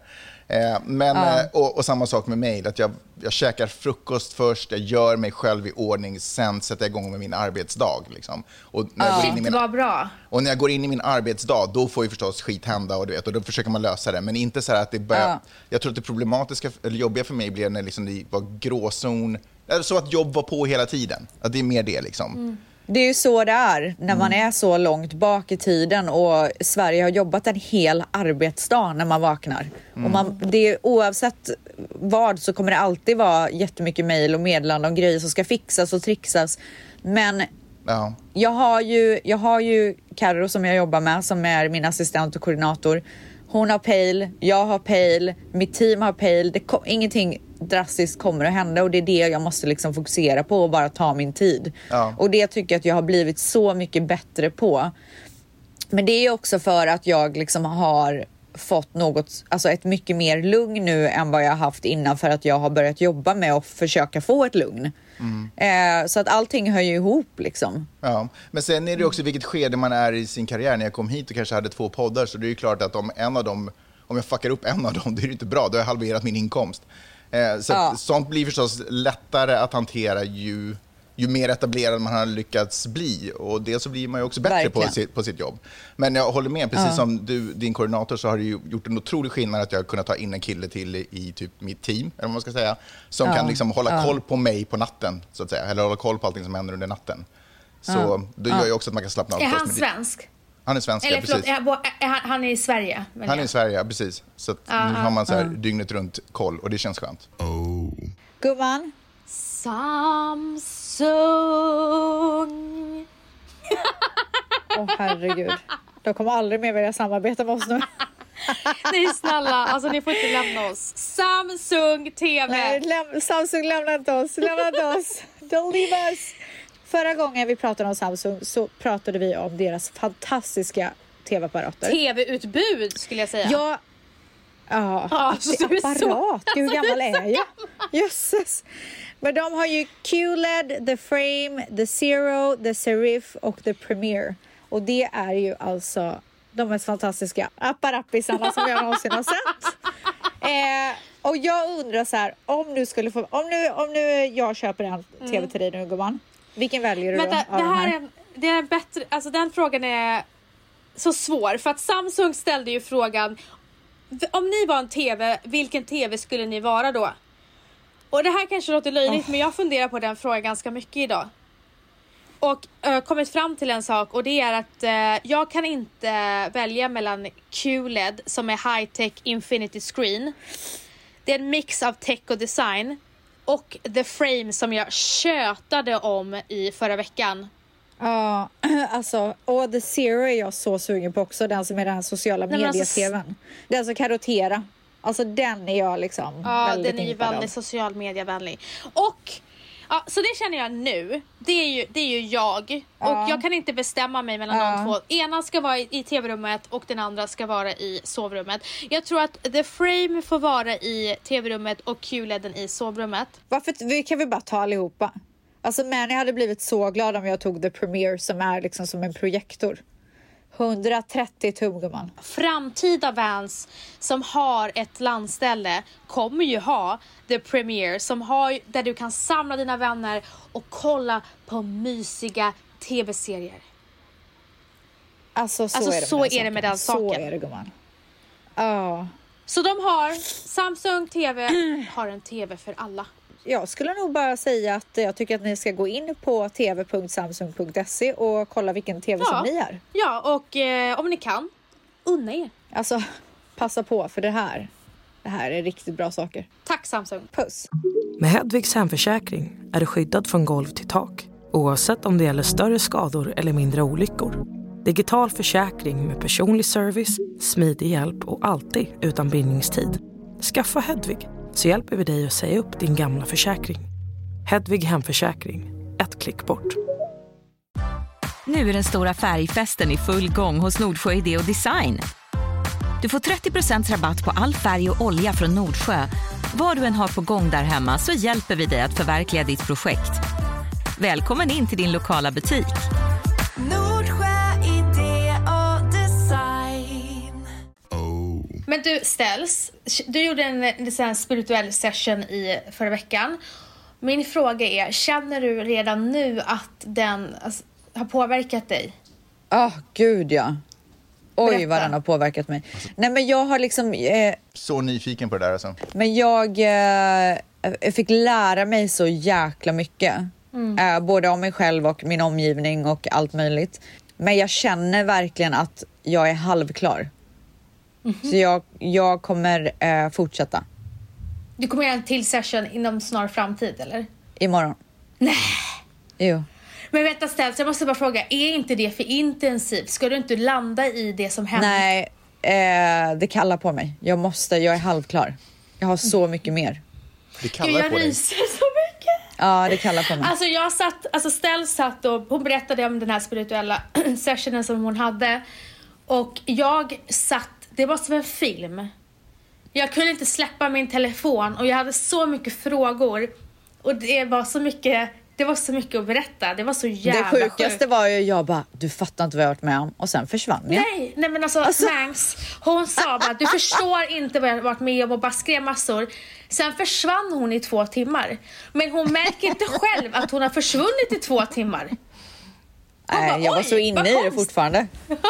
Och samma sak med mejl, att jag käkar frukost först, jag gör mig själv i ordning, sen sätter jag igång med min arbetsdag liksom. Och när jag går in i det var bra. Och när jag går in i min arbetsdag, då får ju förstås skit hända, och då försöker man lösa det, men inte så här att det börjar. Jag tror att det problematiska eller jobbiga för mig blev när liksom det var gråzon, så att jobb var på hela tiden. Att det är mer det liksom. Det är ju så det är när man är så långt bak i tiden, och Sverige har jobbat en hel arbetsdag när man vaknar. Och oavsett vad så kommer det alltid vara jättemycket mejl och meddelanden om grejer som ska fixas och trixas. Men jag har ju Karo som jag jobbar med, som är min assistent och koordinator. Hon har pejl, jag har pejl, mitt team har pejl. Ingenting drastiskt kommer att hända, och det är det jag måste liksom fokusera på och bara ta min tid. Och det tycker jag att jag har blivit så mycket bättre på. Men det är också för att jag liksom har fått ett mycket mer lugn nu än vad jag har haft innan, för att jag har börjat jobba med att försöka få ett lugn. Så att allting hör ju ihop liksom. Ja, men sen är det också vilket skede man är i sin karriär. När jag kom hit och kanske hade 2 poddar, så det är ju klart att om jag fuckar upp en av dem, det är ju inte bra, då har jag halverat min inkomst. Så sånt blir förstås lättare att hantera ju mer etablerad man har lyckats bli, och det så blir man ju också bättre på sitt jobb. Men jag håller med, precis som din koordinator, så har det ju gjort en otrolig skillnad att jag har kunnat ta in en kille till i typ mitt team, eller vad man ska säga, som kan liksom hålla koll på mig på natten, så att säga, eller hålla koll på allting som händer under natten. Så då gör ju också att man kan slappna av. Är han svensk? Han är svensk, eller, precis. Han är i Sverige. Han är i Sverige, precis. Så att nu har man så här dygnet runt koll, och det känns skönt. Gumman. Samsung. Herregud. De kommer aldrig mer vilja samarbeta med oss nu. Nej snälla, alltså ni får inte lämna oss. Samsung TV. Nej, Samsung lämnar inte oss. Don't leave us. Förra gången vi pratade om Samsung så pratade vi om deras fantastiska tv-apparater. TV-utbud skulle jag säga. Ja, alltså, du är apparat. Hur gammal är jag? Jösses. Men de har ju QLED, The Frame, The Zero, The Serif och The Premiere. Och det är ju alltså de mest fantastiska apparappisarna som jag någonsin har sett. Och jag undrar så här, om nu jag köper en tv till dig nu, gumman. Vilken väljer du då? Det är bättre, alltså den frågan är så svår. För att Samsung ställde ju frågan, om ni var en tv, vilken tv skulle ni vara då? Och det här kanske låter löjligt, men jag funderar på den frågan ganska mycket idag. Och kommit fram till en sak, och det är att jag kan inte välja mellan QLED som är high-tech infinity screen. Det är en mix av tech och design. Och The Frame som jag tjötade om i förra veckan. Ja, alltså, och The Zero är jag så sugen på också. Den som är den här sociala media-tvn. Den som kan rotera. Alltså den är jag liksom väldigt den är ju väldigt social media-vänlig. Och ja, så det känner jag nu. Det är ju jag. Och jag kan inte bestämma mig mellan de två. Ena ska vara i tv-rummet och den andra ska vara i sovrummet. Jag tror att The Frame får vara i tv-rummet och QLEDen i sovrummet. Varför kan vi bara ta allihopa? Alltså Manny hade blivit så glad om jag tog The Premiere som är liksom som en projektor. 130 tum, gumman. Framtida Vans som har ett landställe kommer ju ha The Premiere som har, där du kan samla dina vänner och kolla på mysiga tv-serier. Så är det med den saken. Så är det, gumman. Så de har Samsung TV har en tv för alla. Jag skulle nog bara säga att jag tycker att ni ska gå in på tv.samsung.se och kolla vilken tv som ni är. Ja, och om ni kan, unna er. Alltså, passa på, för det här är riktigt bra saker. Tack Samsung. Puss. Med Hedvigs hemförsäkring är du skyddad från golv till tak, oavsett om det gäller större skador eller mindre olyckor. Digital försäkring med personlig service, smidig hjälp och alltid utan bindningstid. Skaffa Hedvig, så hjälper vi dig att säga upp din gamla försäkring. Hedvig hemförsäkring. Ett klick bort. Nu är den stora färgfesten i full gång hos Nordsjö Idé och Design. Du får 30% rabatt på all färg och olja från Nordsjö. Vad du än har på gång där hemma så hjälper vi dig att förverkliga ditt projekt. Välkommen in till din lokala butik. Nordsjö Idé och Design. Men du Ställs, du gjorde en spirituell session i förra veckan. Min fråga är, känner du redan nu att den har påverkat dig? Gud ja. Oj, Berätta. vad den har påverkat mig. Nej, men jag har liksom... Så nyfiken på det där alltså. Men jag fick lära mig så jäkla mycket. Både om mig själv och min omgivning och allt möjligt. Men jag känner verkligen att jag är halvklar. Så jag kommer fortsätta. Du kommer göra en till session inom snar framtid, eller? Imorgon. Nej. Jo. Men vänta Ställs, jag måste bara fråga, är inte det för intensivt? Ska du inte landa i det som händer? Nej, det kallar på mig. Jag är halvklar. Jag har så mycket mer. Det kallar på dig. Jag ryser så mycket. Ja, det kallar på mig. Ställs satt och hon berättade om den här spirituella sessionen som hon hade. Och jag satt, det var som en film. Jag kunde inte släppa min telefon och jag hade så mycket frågor. Och det var så mycket att berätta. Det var så jävla Det sjukaste var ju, jag bara, du fattar inte vad jag har varit med om. Och sen försvann jag. Nej men alltså Mangs, hon sa bara, du förstår inte vad jag har varit med om och bara skrev massor. Sen försvann hon i 2 timmar. Men hon märker inte själv att hon har försvunnit i 2 timmar. Nej, jag var så inne i det fortfarande.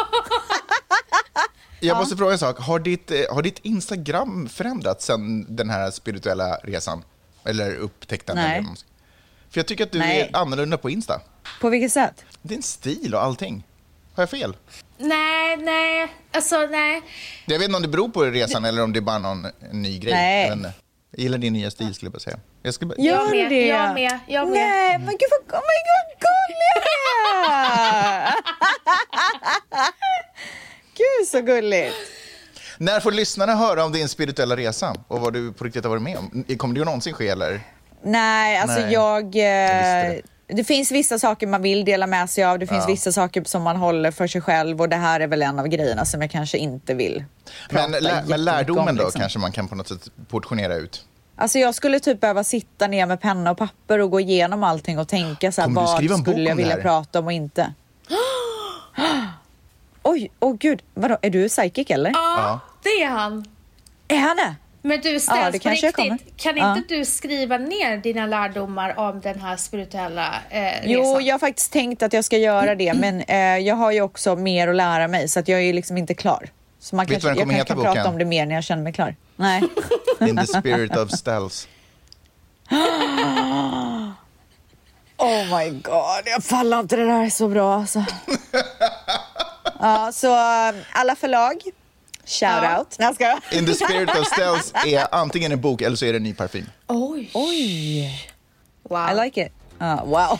Jag måste fråga en sak. Har ditt Instagram förändrats sen den här spirituella resan? Eller upptäckten? Nej. För jag tycker att du är annorlunda på Insta. På vilket sätt? Din stil och allting. Har jag fel? Nej. Alltså, nej. Jag vet inte om det beror på resan eller om det är bara någon ny grej. Nej. Jag gillar din nya stil, skulle jag bara säga. Jag med. Nej, men gud vad gullig jag är. Gud så gulligt. När får lyssnarna höra om din spirituella resa och vad du på riktigt har varit med om? Kommer det någonsin ske eller? Nej, alltså det finns vissa saker man vill dela med sig av. Det finns vissa saker som man håller för sig själv. Och det här är väl en av grejerna som jag kanske inte vill prata Men lärdomen om, då liksom. Kanske man kan på något sätt portionera ut? Alltså jag skulle typ behöva sitta ner med penna och papper och gå igenom allting och tänka så här, vad skulle jag vilja prata om och inte. Oj, gud. Vadå, är du psychic eller? Ja, det är han. Är han det? Men du ställs det på kanske riktigt. Kan inte du skriva ner dina lärdomar om den här spirituella resan? Jo, jag har faktiskt tänkt att jag ska göra det. Men jag har ju också mer att lära mig. Så att jag är ju liksom inte klar. Så man Vet du vad den kommer heta, kan prata om det mer när jag känner mig klar. Nej. In the spirit of Stells. Oh my god, jag fallar inte, det där är så bra alltså. Ja, så alla förlag, shout out. Nej, ska jag? In the spirit of Stells är antingen en bok eller så är det en ny parfym. Oj. Wow. I like it. Wow.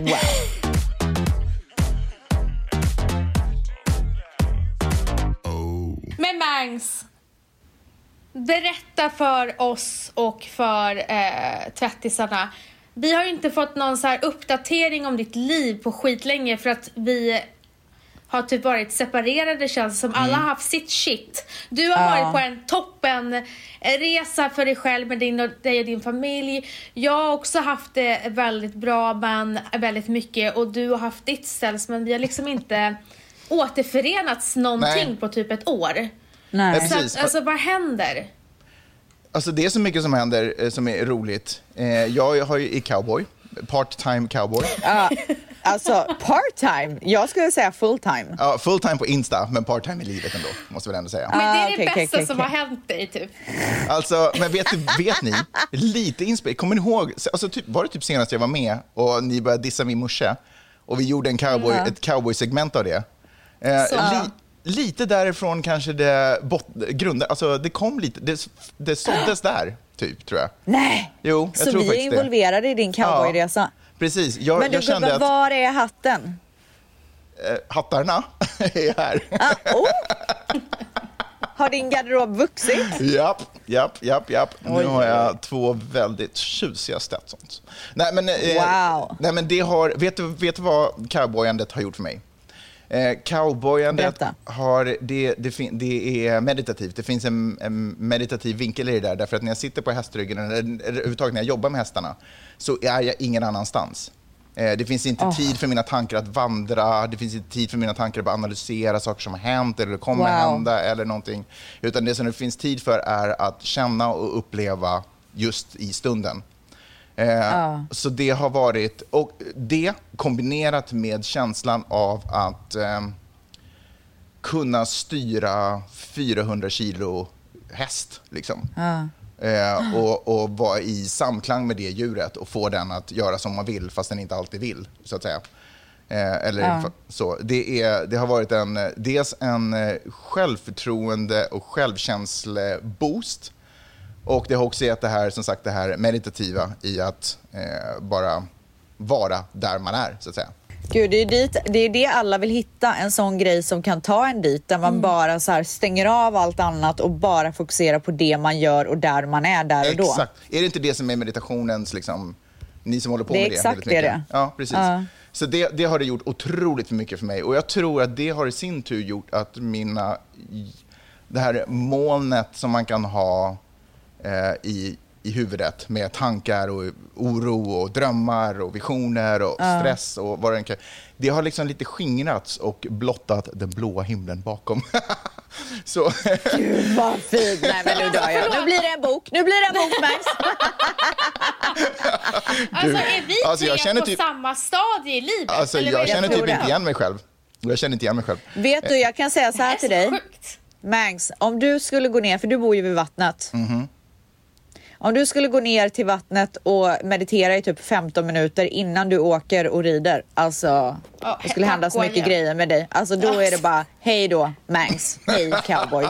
Men Mangs, berätta för oss och för tvättisarna. Vi har ju inte fått någon så här uppdatering om ditt liv på skitlänge för att vi har typ varit separerade, känns som. Alla har haft sitt shit. Du har varit på en toppenresa för dig själv med dig och din familj. Jag har också haft det väldigt bra, men väldigt mycket. Och du har haft ditt ställs, men vi har liksom inte återförenats någonting på typ ett år. Nej. Så att, alltså vad händer? Alltså det är så mycket som händer som är roligt. Jag har ju cowboy, part-time cowboy. Alltså part-time, jag skulle säga full-time. Ja, full-time på Insta, men part-time i livet ändå, måste vi ändå säga. Men det är det bästa som har hänt dig typ. Alltså, men vet ni, lite inspirerad. Kommer ni ihåg, alltså, var det typ senast jag var med och ni började dissa min morsa och vi gjorde ett cowboy-segment av det. Lite därifrån kanske det grundade, alltså det kom lite, det såddes där typ, tror jag. Nej, jo, jag så tror vi är involverade i din cowboyresa. Ja, precis. Men du, var är hatten? Hattarna är här. Har din garderob vuxit? Japp. Nu har jag 2 väldigt tjusiga Stetsons. Nej men det har, vet du vad cowboyandet har gjort för mig? Cowboyandet det är meditativt. Det finns en meditativ vinkel i det där. Därför att när jag sitter på hästryggen eller överhuvudtaget när jag jobbar med hästarna så är jag ingen annanstans. Det finns inte tid för mina tankar att vandra. Det finns inte tid för mina tankar att analysera saker som har hänt eller kommer hända eller någonting. Utan det som det finns tid för är att känna och uppleva just i stunden. Så det har varit, och det kombinerat med känslan av att kunna styra 400 kilo häst liksom. Och vara i samklang med det djuret och få den att göra som man vill fast den inte alltid vill, så att säga. Så det har varit dels en självförtroende och självkänsleboost. Och det har också gett det här, som sagt, det här meditativa i att bara vara där man är, så att säga. Gud, det är det alla vill hitta, en sån grej som kan ta en dit där man bara så här stänger av allt annat och bara fokuserar på det man gör och där man är där och då. Exakt. Är det inte det som är meditationens, liksom, ni som håller på med det? Det är exakt det. Ja, precis. Så det har det gjort otroligt mycket för mig. Och jag tror att det har i sin tur gjort att det här molnet som man kan ha i huvudet med tankar och oro och drömmar och visioner och stress och vad det kan. Det har liksom lite skingrats och blottat den blåa himlen bakom. Så. Gud vad fint. Nej men nu dör jag. Nu blir det en bok. Max. Alltså är vi tre på samma stadie i livet? Alltså jag känner typ inte igen mig själv. Vet du, jag kan säga så här till dig. Sjukt. Max, om du skulle gå ner, för du bor ju vid vattnet. Om du skulle gå ner till vattnet och meditera i typ 15 minuter innan du åker och rider. Alltså, det skulle hända så mycket grejer med dig. Alltså då är det bara, hej då, Mangs. Hej, cowboy.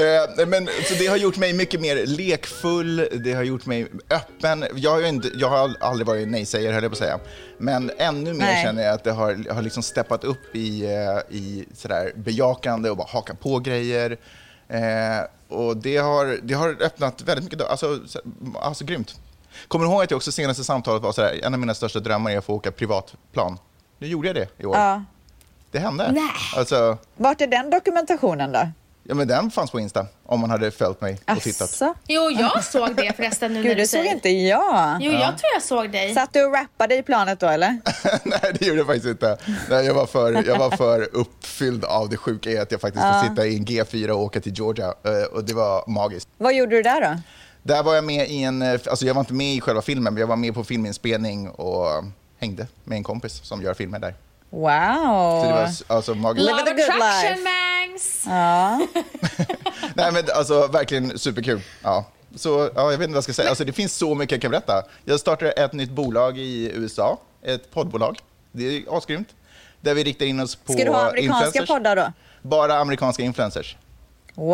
Men så det har gjort mig mycket mer lekfull, det har gjort mig öppen. Jag har aldrig varit nej-sägare, höll jag på att säga. Men ännu mer känner jag att det har liksom steppat upp i sådär bejakande och bara haka på grejer. Och det har öppnat väldigt mycket, alltså grymt. Kommer du ihåg att jag också senaste samtalet var sådär, en av mina största drömmar är att få åka privatplan. Nu gjorde jag det i år. Ja. Det hände. Nej. Alltså, Vart är den dokumentationen då? ja, men den fanns på Insta om man hade följt mig och tittat. Asså? Jo, jag såg det förresten nu när Gud, du det såg säger. inte jag. Jo, jag tror jag såg dig. Satt du och rappade i planet då, eller? Nej, det gjorde jag faktiskt inte. Nej, jag var för uppfylld av det sjuka i att jag faktiskt fick sitta i en G4 och åka till Georgia. Och det var magiskt. Vad gjorde du där då? Där var jag med i jag var inte med i själva filmen, men jag var med på filminspelning och hängde med en kompis som gör filmer där. Wow. Så det var alltså magiskt. Love Living a good attraction, life. Mangs! Ja. Nej, men alltså verkligen superkul. Ja. Så jag vet inte vad jag ska säga. Alltså, det finns så mycket jag kan berätta. Jag startade ett nytt bolag i USA, ett poddbolag. Det är asgrymt. Där vi riktar in oss på Ska du ha amerikanska influencers. poddar då? Bara amerikanska influencers. Wow.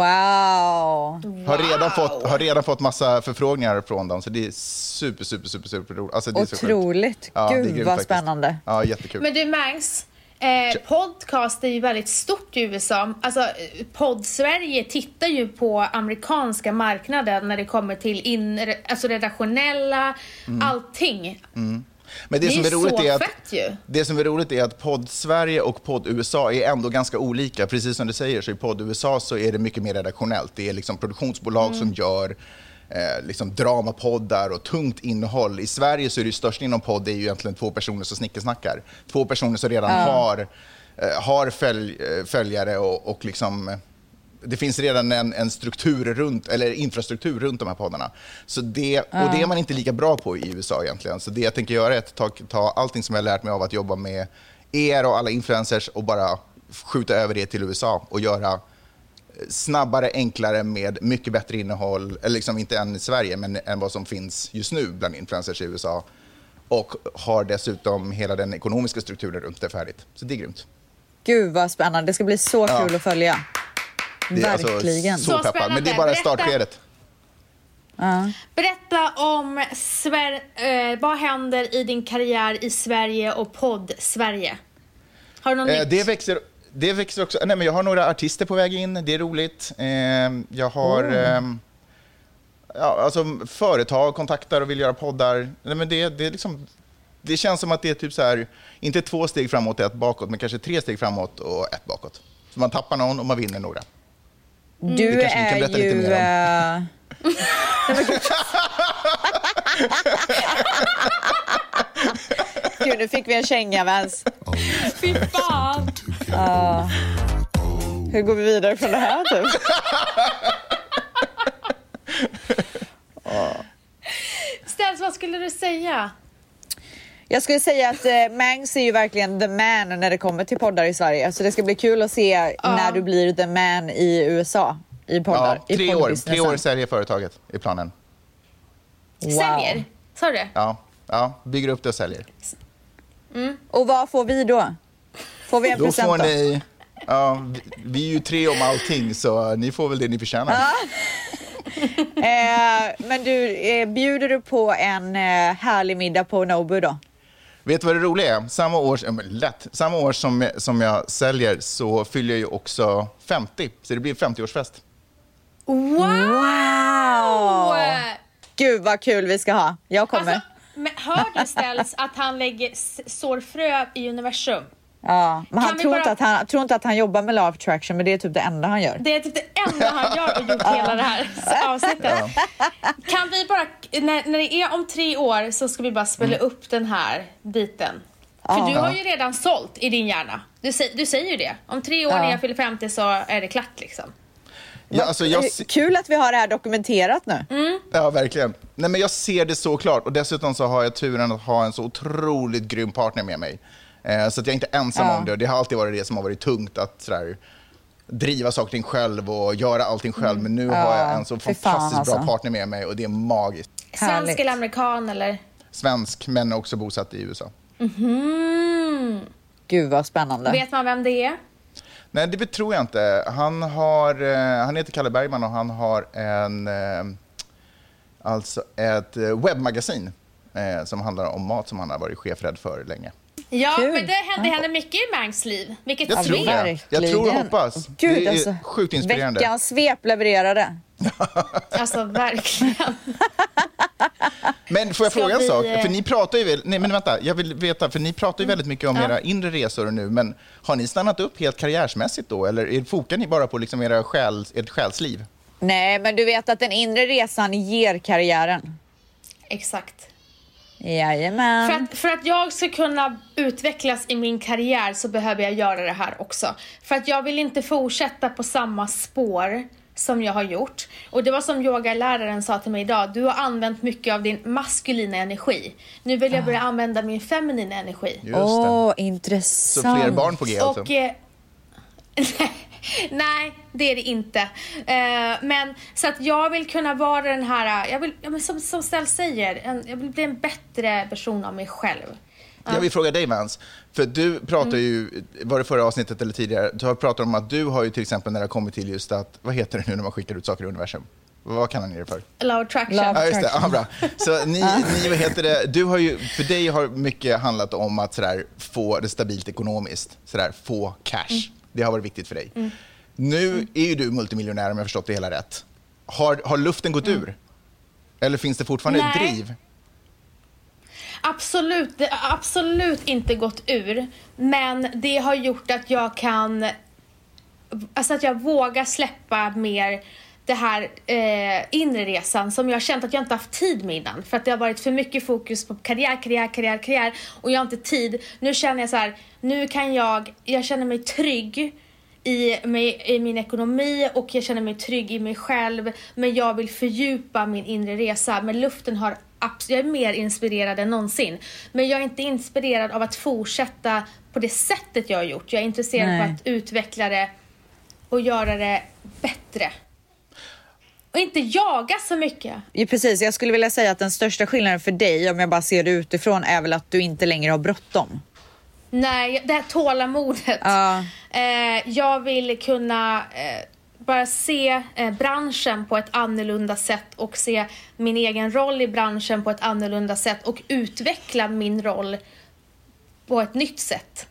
Har redan fått massa förfrågningar från dem, så det är super roligt. Alltså, det är så sjukt. Otroligt. Ja, det är Gud grymt vad faktiskt. spännande. Ja, jättekul. Men du Mangs, podcast är ju väldigt stort i USA. Alltså Podd-Sverige tittar ju på amerikanska marknaden när det kommer till redaktionella, allting. Men det som är roligt så är att fett ju. det som är roligt är att Podd-Sverige och Podd-USA är ändå ganska olika. Precis som du säger, så i Podd-USA så är det mycket mer redaktionellt. Det är liksom produktionsbolag som gör liksom dramapoddar och tungt innehåll. I Sverige så är det största inom podd är ju egentligen 2 personer som snickesnackar. 2 personer som redan har följare och liksom... Det finns redan en struktur runt, eller infrastruktur runt de här poddarna. Så det är man inte lika bra på i USA egentligen. Så det jag tänker göra är att ta allting som jag har lärt mig av att jobba med er och alla influencers och bara skjuta över det till USA och göra snabbare, enklare med mycket bättre innehåll, eller liksom inte än i Sverige, men än vad som finns just nu bland influencers i USA. Och har dessutom hela den ekonomiska strukturen runt det färdigt. Så det är grymt. Gud vad spännande. Det ska bli så kul att följa. Det är Verkligen. alltså så peppar. spännande. Men det är bara startskedet. Berätta om vad händer i din karriär i Sverige och podd-Sverige? Har du något nytt? Det växer också. Nej, men jag har några artister på väg in. Det är roligt. Jag har företag kontaktar och vill göra poddar. Nej, men det är liksom, det känns som att det är typ så här, inte 2 steg framåt och 1 bakåt, men kanske 3 steg framåt och 1 bakåt. Så man tappar någon och man vinner några. Du Det kanske ni kan är berätta ju... lite mer om. Gud, nu fick vi en känga, Vans. Fy fan! Hur går vi vidare från det här typ? Stens, vad skulle du säga? Jag skulle säga att Mangs är ju verkligen the man när det kommer till poddar i Sverige. Så det ska bli kul att se när du blir the man i USA i poddar. Ja, i 3 år. poddbusinessen. 3 år säljer företaget i planen. Wow. Säljer? Sa du det? Ja, bygger upp det och säljer. Och vad får vi då? Får vi en Då present får då? ni... Ja, vi är ju 3 om allting, så ni får väl det ni förtjänar. Men du, bjuder du på en härlig middag på Nobu då? Vet du vad det roliga är? Samma år som jag säljer så fyller jag ju också 50. Så det blir 50-årsfest. Wow! Gud vad kul vi ska ha. Jag kommer. Alltså, men hör du Ställs att han lägger sårfrö i universum? Ja, men han vi tror, bara- inte att han tror inte att han jobbar med Law of Attraction, men det är typ det enda han gör. Det är typ det enda han gör och gjort hela det här avsnittet. Kan vi bara, när det är om 3 år så ska vi bara spela upp den här biten. För du har ju redan sålt i din hjärna. Du säger ju det. Om 3 år när jag fyller 50 så är det klart liksom. Ja, alltså Kul att vi har det här dokumenterat nu. Ja, verkligen. Nej, men jag ser det så klart. Och dessutom så har jag turen att ha en så otroligt grym partner med mig. Så att jag är inte ensam om det. Och det har alltid varit det som har varit tungt att sådär, driva saker och ting själv och göra allting själv. Men nu har jag en så fantastiskt bra partner med mig och det är magiskt. Svensk eller amerikan eller? Svensk, men också bosatt i USA. Gud vad spännande. Vet man vem det är? Nej, det tror jag inte. Han heter Kalle Bergman och han har ett webbmagasin som handlar om mat som han har varit chefrädd för länge. Ja, Kul. men det händer mycket i Mangs liv. Vilket Jag tror det. Jag tror och hoppas. Gud, det är alltså, sjukt inspirerande. Veckans svep levererade. Alltså, verkligen. Men får jag fråga en vi, sak? För ni pratar ju nej men vänta, jag vill veta, för ni pratar ju väldigt mycket om era inre resor nu, men har ni stannat upp helt karriärsmässigt då? Eller fokar ni bara på liksom ert själsliv? Nej, men du vet att den inre resan ger karriären. Exakt. Jajamän. För att jag ska kunna utvecklas i min karriär så behöver jag göra det här också. För att jag vill inte fortsätta på samma spår som jag har gjort. Och det var som yogaläraren sa till mig idag. Du har använt mycket av din maskulina energi. Nu vill jag börja använda min feminina energi. Just det. Intressant. Så fler barn på G alltså? Och, nej, det är det inte. Men så att jag vill kunna vara den här, som Stell säger, jag vill bli en bättre version av mig själv. Jag vill fråga dig, Mans, för du pratar ju, var det förra avsnittet eller tidigare, du har pratat om att du har ju till exempel när det har kommit till just att, vad heter det nu när man skickar ut saker i universum? Vad kallar ni det för? Law attraction. Ja, just det. Ja, bra. Så ni, vad heter det? Du har ju, för dig har mycket handlat om att sådär, få det stabilt ekonomiskt, sådär, få cash. Det har varit viktigt för dig. Nu är ju du multimiljonär om jag har förstått det hela rätt. Har luften gått ur? Eller finns det fortfarande ett driv? Absolut, det har absolut inte gått ur. Men det har gjort att jag kan, alltså att jag vågar släppa mer det här inre resan som jag har känt att jag inte haft tid med innan. För att det har varit för mycket fokus på karriär och jag har inte tid. Nu känner jag så här, nu kan jag känner mig trygg i min ekonomi och jag känner mig trygg i mig själv. Men jag vill fördjupa min inre resa. Men luften har jag är mer inspirerad än någonsin. Men jag är inte inspirerad av att fortsätta på det sättet jag har gjort. Jag är intresserad på att utveckla det och göra det bättre. Och inte jaga så mycket. Ja, precis. Jag skulle vilja säga att den största skillnaden för dig, om jag bara ser det utifrån, är väl att du inte längre har bråttom. Nej, det här tålamodet. Jag vill kunna bara se branschen på ett annorlunda sätt och se min egen roll i branschen på ett annorlunda sätt och utveckla min roll på ett nytt sätt.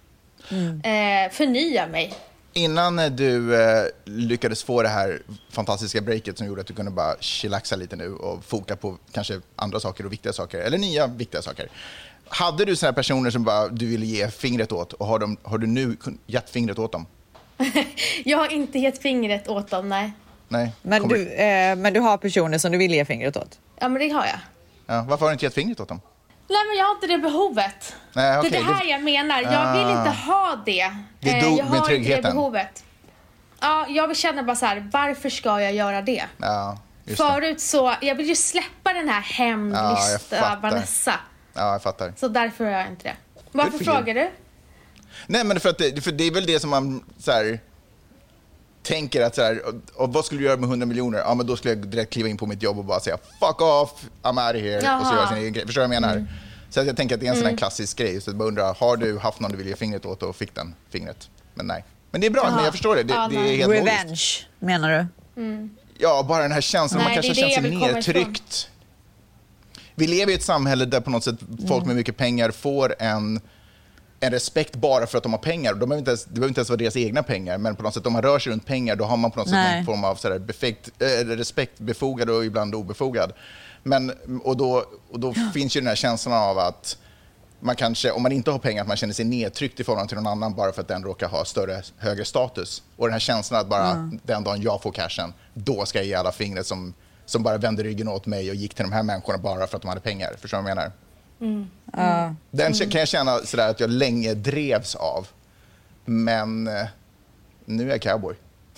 Förnya mig. Innan du lyckades få det här fantastiska breaket som gjorde att du kunde bara chillaxa lite nu och foka på kanske andra saker och viktiga saker, eller nya viktiga saker. Hade du sådana personer som bara du ville ge fingret åt och har du nu gett fingret åt dem? Jag har inte gett fingret åt dem, nej. Men du har personer som du vill ge fingret åt? Ja, men det har jag. Ja, varför har du inte gett fingret åt dem? Nej, men jag har inte det behovet. Nej, okay. Det är det här jag menar. Jag vill inte ha det. Det är jag har tryggheten. inte det behovet. Ja, jag vill känna bara så här, varför ska jag göra det? Ja, förut så, jag vill ju släppa den här hämndlysta Vanessa. Ja, jag fattar. Så därför gör jag inte det. Varför frågar du? Nej, men för det är väl det som man så här, tänker att så här, och vad skulle du göra med 100 miljoner? Ja, men då skulle jag direkt kliva in på mitt jobb och bara säga fuck off, I'm out of here. Jaha. Och så gör jag sin egen grej. Förstår du vad jag menar? Så att jag tänker att det är en sån här klassisk grej. Så jag bara undrar, har du haft någon du vill ge fingret åt och fick den fingret? Men nej. Men det är bra, men jag förstår det. Det är helt revenge, logiskt. menar du? Ja, bara den här känslan. Man kanske känner sig nedtryckt. Vi lever i ett samhälle där på något sätt folk med mycket pengar får en respekt bara för att de har pengar. Det behöver inte ens vara deras egna pengar, men på något sätt om man rör sig runt pengar, då har man på något sätt en form av så där respekt, befogad och ibland obefogad. Och då finns ju den här känslan av att man kanske, om man inte har pengar, att man känner sig nedtryckt i förhållande till någon annan bara för att den råkar ha högre status. Och den här känslan att bara den dagen jag får cashen, då ska jag ge alla fingret som bara vände ryggen åt mig och gick till de här människorna bara för att de hade pengar. Förstår du vad jag menar? Den kan jag känna sådär att jag länge drevs av. Men nu är jag cowboy.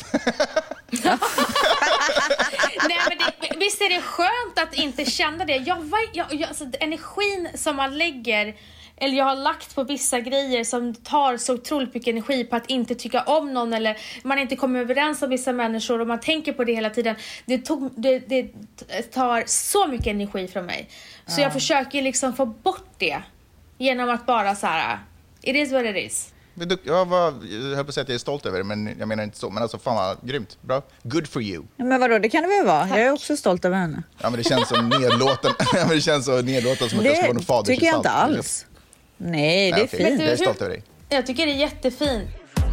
Nej, men visst är det skönt att inte känna det. Alltså, energin som man lägger, eller jag har lagt på vissa grejer som tar så otroligt mycket energi på att inte tycka om någon, eller man inte kommer överens om vissa människor och man tänker på det hela tiden. Det tar så mycket energi från mig. Så jag försöker liksom få bort det genom att bara så här, it is what it is. Jag höll på att säga att jag är stolt över det, men jag menar inte så. Men alltså, fan vad grymt. Bra. Good for you. Ja, men vadå, det kan det väl vara. Jag är också stolt över henne. Ja, men det känns som nedlåten. Det känns så nedlåten som att jag ska vara någon fader. Det tycker jag inte alls. Nej, det är okej. fint. Jag är stolt över dig. Jag tycker det är jättefint.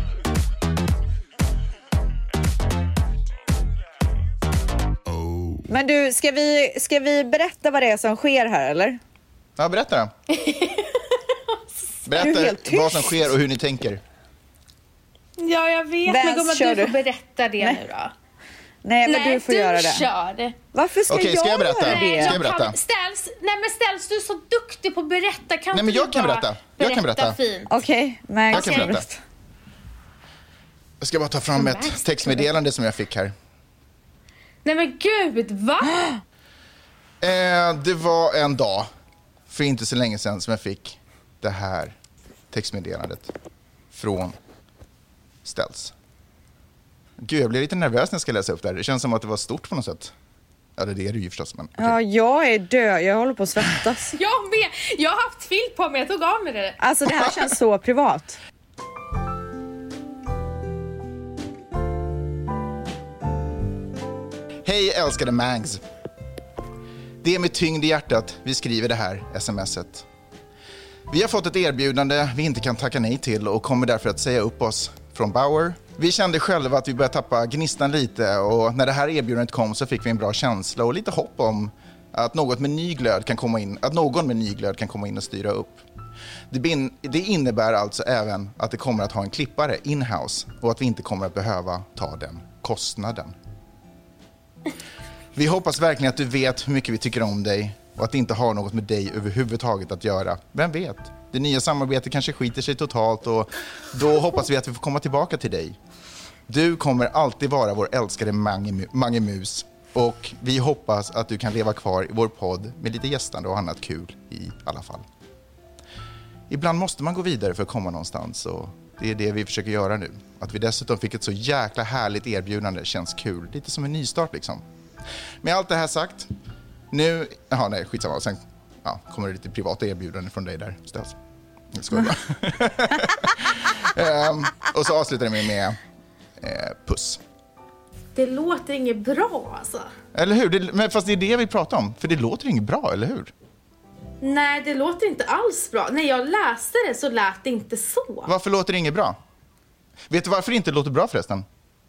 Men du, ska vi berätta vad det är som sker här, eller? Ja, berätta då. Berätta vad som sker och hur ni tänker. Ja, jag vet. Men gumman, du får berätta det nu då. Nej, men du får göra det. Kör det. Varför ska Okej, ska jag berätta? göra det? Ska jag berätta? Ställs, du är så duktig på att berätta. Kan Nej, men jag kan berätta. Jag kan berätta. Fint. Okej, men jag kan berätta. Jag ska bara ta fram ett textmeddelande som jag fick här. Nej men gud, va? Det var en dag för inte så länge sedan som jag fick det här textmeddelandet från Ställs. Gud, jag blir lite nervös när jag ska läsa upp det här. Det känns som att det var stort på något sätt. Ja, det är det ju förstås. Men, okay. Ja, jag är död. Jag håller på att svettas. Jag med. Jag har haft filt på mig. Jag tog av mig det. Alltså, det här känns så privat. Hej älskade Mangs. Det är med tyngd i hjärtat vi skriver det här smset. Vi har fått ett erbjudande vi inte kan tacka nej till och kommer därför att säga upp oss från Bauer. Vi kände själva att vi började tappa gnistan lite och när det här erbjudandet kom så fick vi en bra känsla och lite hopp om att någon med ny glöd kan komma in och styra upp. Det innebär alltså även att det kommer att ha en klippare in-house och att vi inte kommer att behöva ta den kostnaden. Vi hoppas verkligen att du vet hur mycket vi tycker om dig och att det inte har något med dig överhuvudtaget att göra. Vem vet? Det nya samarbetet kanske skiter sig totalt och då hoppas vi att vi får komma tillbaka till dig. Du kommer alltid vara vår älskade Mange Mus och vi hoppas att du kan leva kvar i vår podd med lite gästande och annat kul i alla fall. Ibland måste man gå vidare för att komma någonstans och det är det vi försöker göra nu. Att vi dessutom fick ett så jäkla härligt erbjudande känns kul. Lite som en nystart liksom. Med allt det här sagt, nu... Jaha, nej, skitsamma. Sen kommer det lite privata erbjudanden från dig där, Ställs. Jag skojar bara. Och så avslutar det med puss. Det låter inget bra, alltså. Eller hur? Men fast det är det vi pratar om. För det låter inget bra, eller hur? Nej, det låter inte alls bra. När jag läste det så lät det inte så. Varför låter det inget bra? Vet du varför det inte låter bra förresten?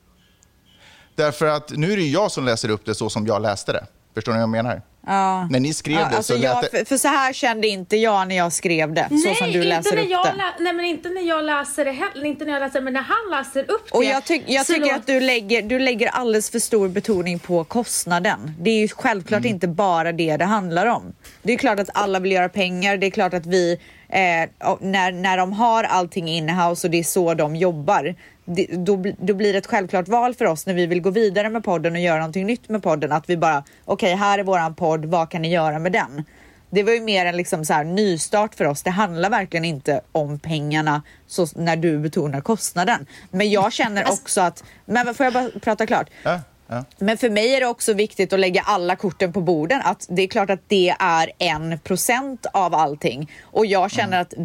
Därför att nu är det jag som läser upp det så som jag läste det. Förstår ni vad jag menar? Ja. När ni skrev det alltså så lät det... För så här kände inte jag när jag skrev det. Så som du läser upp det. Nej, men inte när jag läser det heller. Inte när jag läser det, men när han läser upp det. Och jag tycker att du lägger alldeles för stor betoning på kostnaden. Det är ju självklart inte bara det handlar om. Det är klart att alla vill göra pengar. Det är klart att vi, när de har allting in-house och det är så de jobbar, då blir det ett självklart val för oss när vi vill gå vidare med podden och göra någonting nytt med podden. Att vi bara, okej, här är våran podd, vad kan ni göra med den? Det var ju mer en liksom så här nystart för oss. Det handlar verkligen inte om pengarna så när du betonar kostnaden. Men jag känner också att... Men får jag bara prata klart? Ja. Men för mig är det också viktigt att lägga alla korten på borden. Att det är klart att det är 1% av allting. Och jag känner att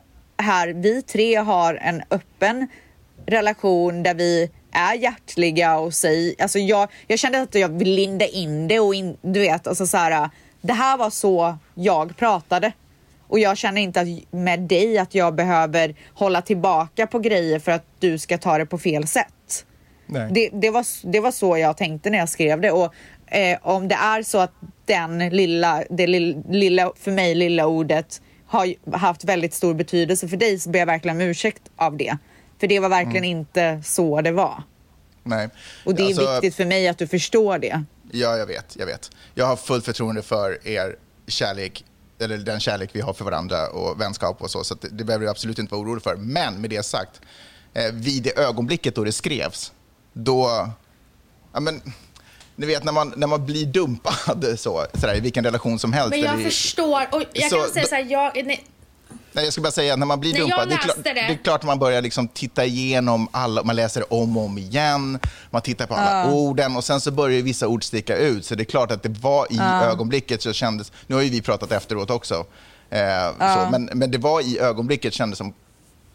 vi tre har en öppen relation där vi är hjärtliga och säger... Alltså jag kände att jag vill linda in det och du vet, alltså så här... Det här var så jag pratade. Och jag känner inte att med dig att jag behöver hålla tillbaka på grejer för att du ska ta det på fel sätt. Nej. Det var så jag tänkte när jag skrev det. Och om det är så att det lilla för mig lilla ordet har haft väldigt stor betydelse för dig, så ber jag verkligen om ursäkt av det. För det var verkligen inte så det var. Nej. Och det är viktigt för mig att du förstår det. Ja, jag vet. Jag har fullt förtroende för er kärlek, eller den kärlek vi har för varandra och vänskap och så att det behöver jag absolut inte vara orolig för. Men med det sagt, vid det ögonblicket då det skrevs, då, ja men, ni vet när man blir dumpad sådär, i vilken relation som helst. Men jag förstår, och jag kan säga så här, Nej, jag ska bara säga att när man blir dumpad, det är klart att man börjar liksom titta igenom alla, man läser om och om igen, man tittar på alla orden och sen så börjar ju vissa ord sticka ut, så det är klart att det var i ögonblicket så kändes, nu har ju vi pratat efteråt också, så, men det var i ögonblicket kändes som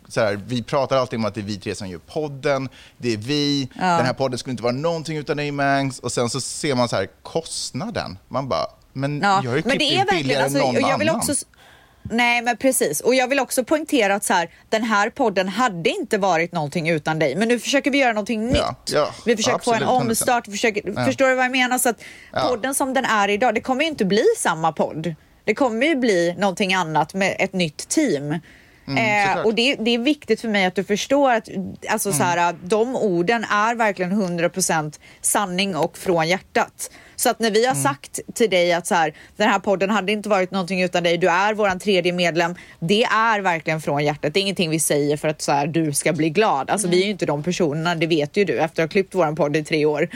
så här, vi pratar alltid om att det är vi tre som gör podden. Det är vi. Den här podden skulle inte vara någonting utan dig, Mangs. Och sen så ser man så här kostnaden. Man bara, men jag har ju klippt in billigare än någon annan. Nej, men precis. Och jag vill också poängtera att så här, den här podden hade inte varit någonting utan dig. Men nu försöker vi göra någonting nytt. Vi försöker få en omstart. Förstår du vad jag menar? Så att podden som den är idag, det kommer ju inte bli samma podd. Det kommer ju bli någonting annat med ett nytt team. Och det är viktigt för mig att du förstår att alltså, så här, de orden är verkligen 100% sanning och från hjärtat. Så att när vi har sagt till dig att så här, den här podden hade inte varit någonting utan dig, du är våran 3:e medlem, det är verkligen från hjärtat. Det är ingenting vi säger för att så här, du ska bli glad. Alltså vi är ju inte de personerna, det vet ju du efter att ha klippt våran podd i 3 år.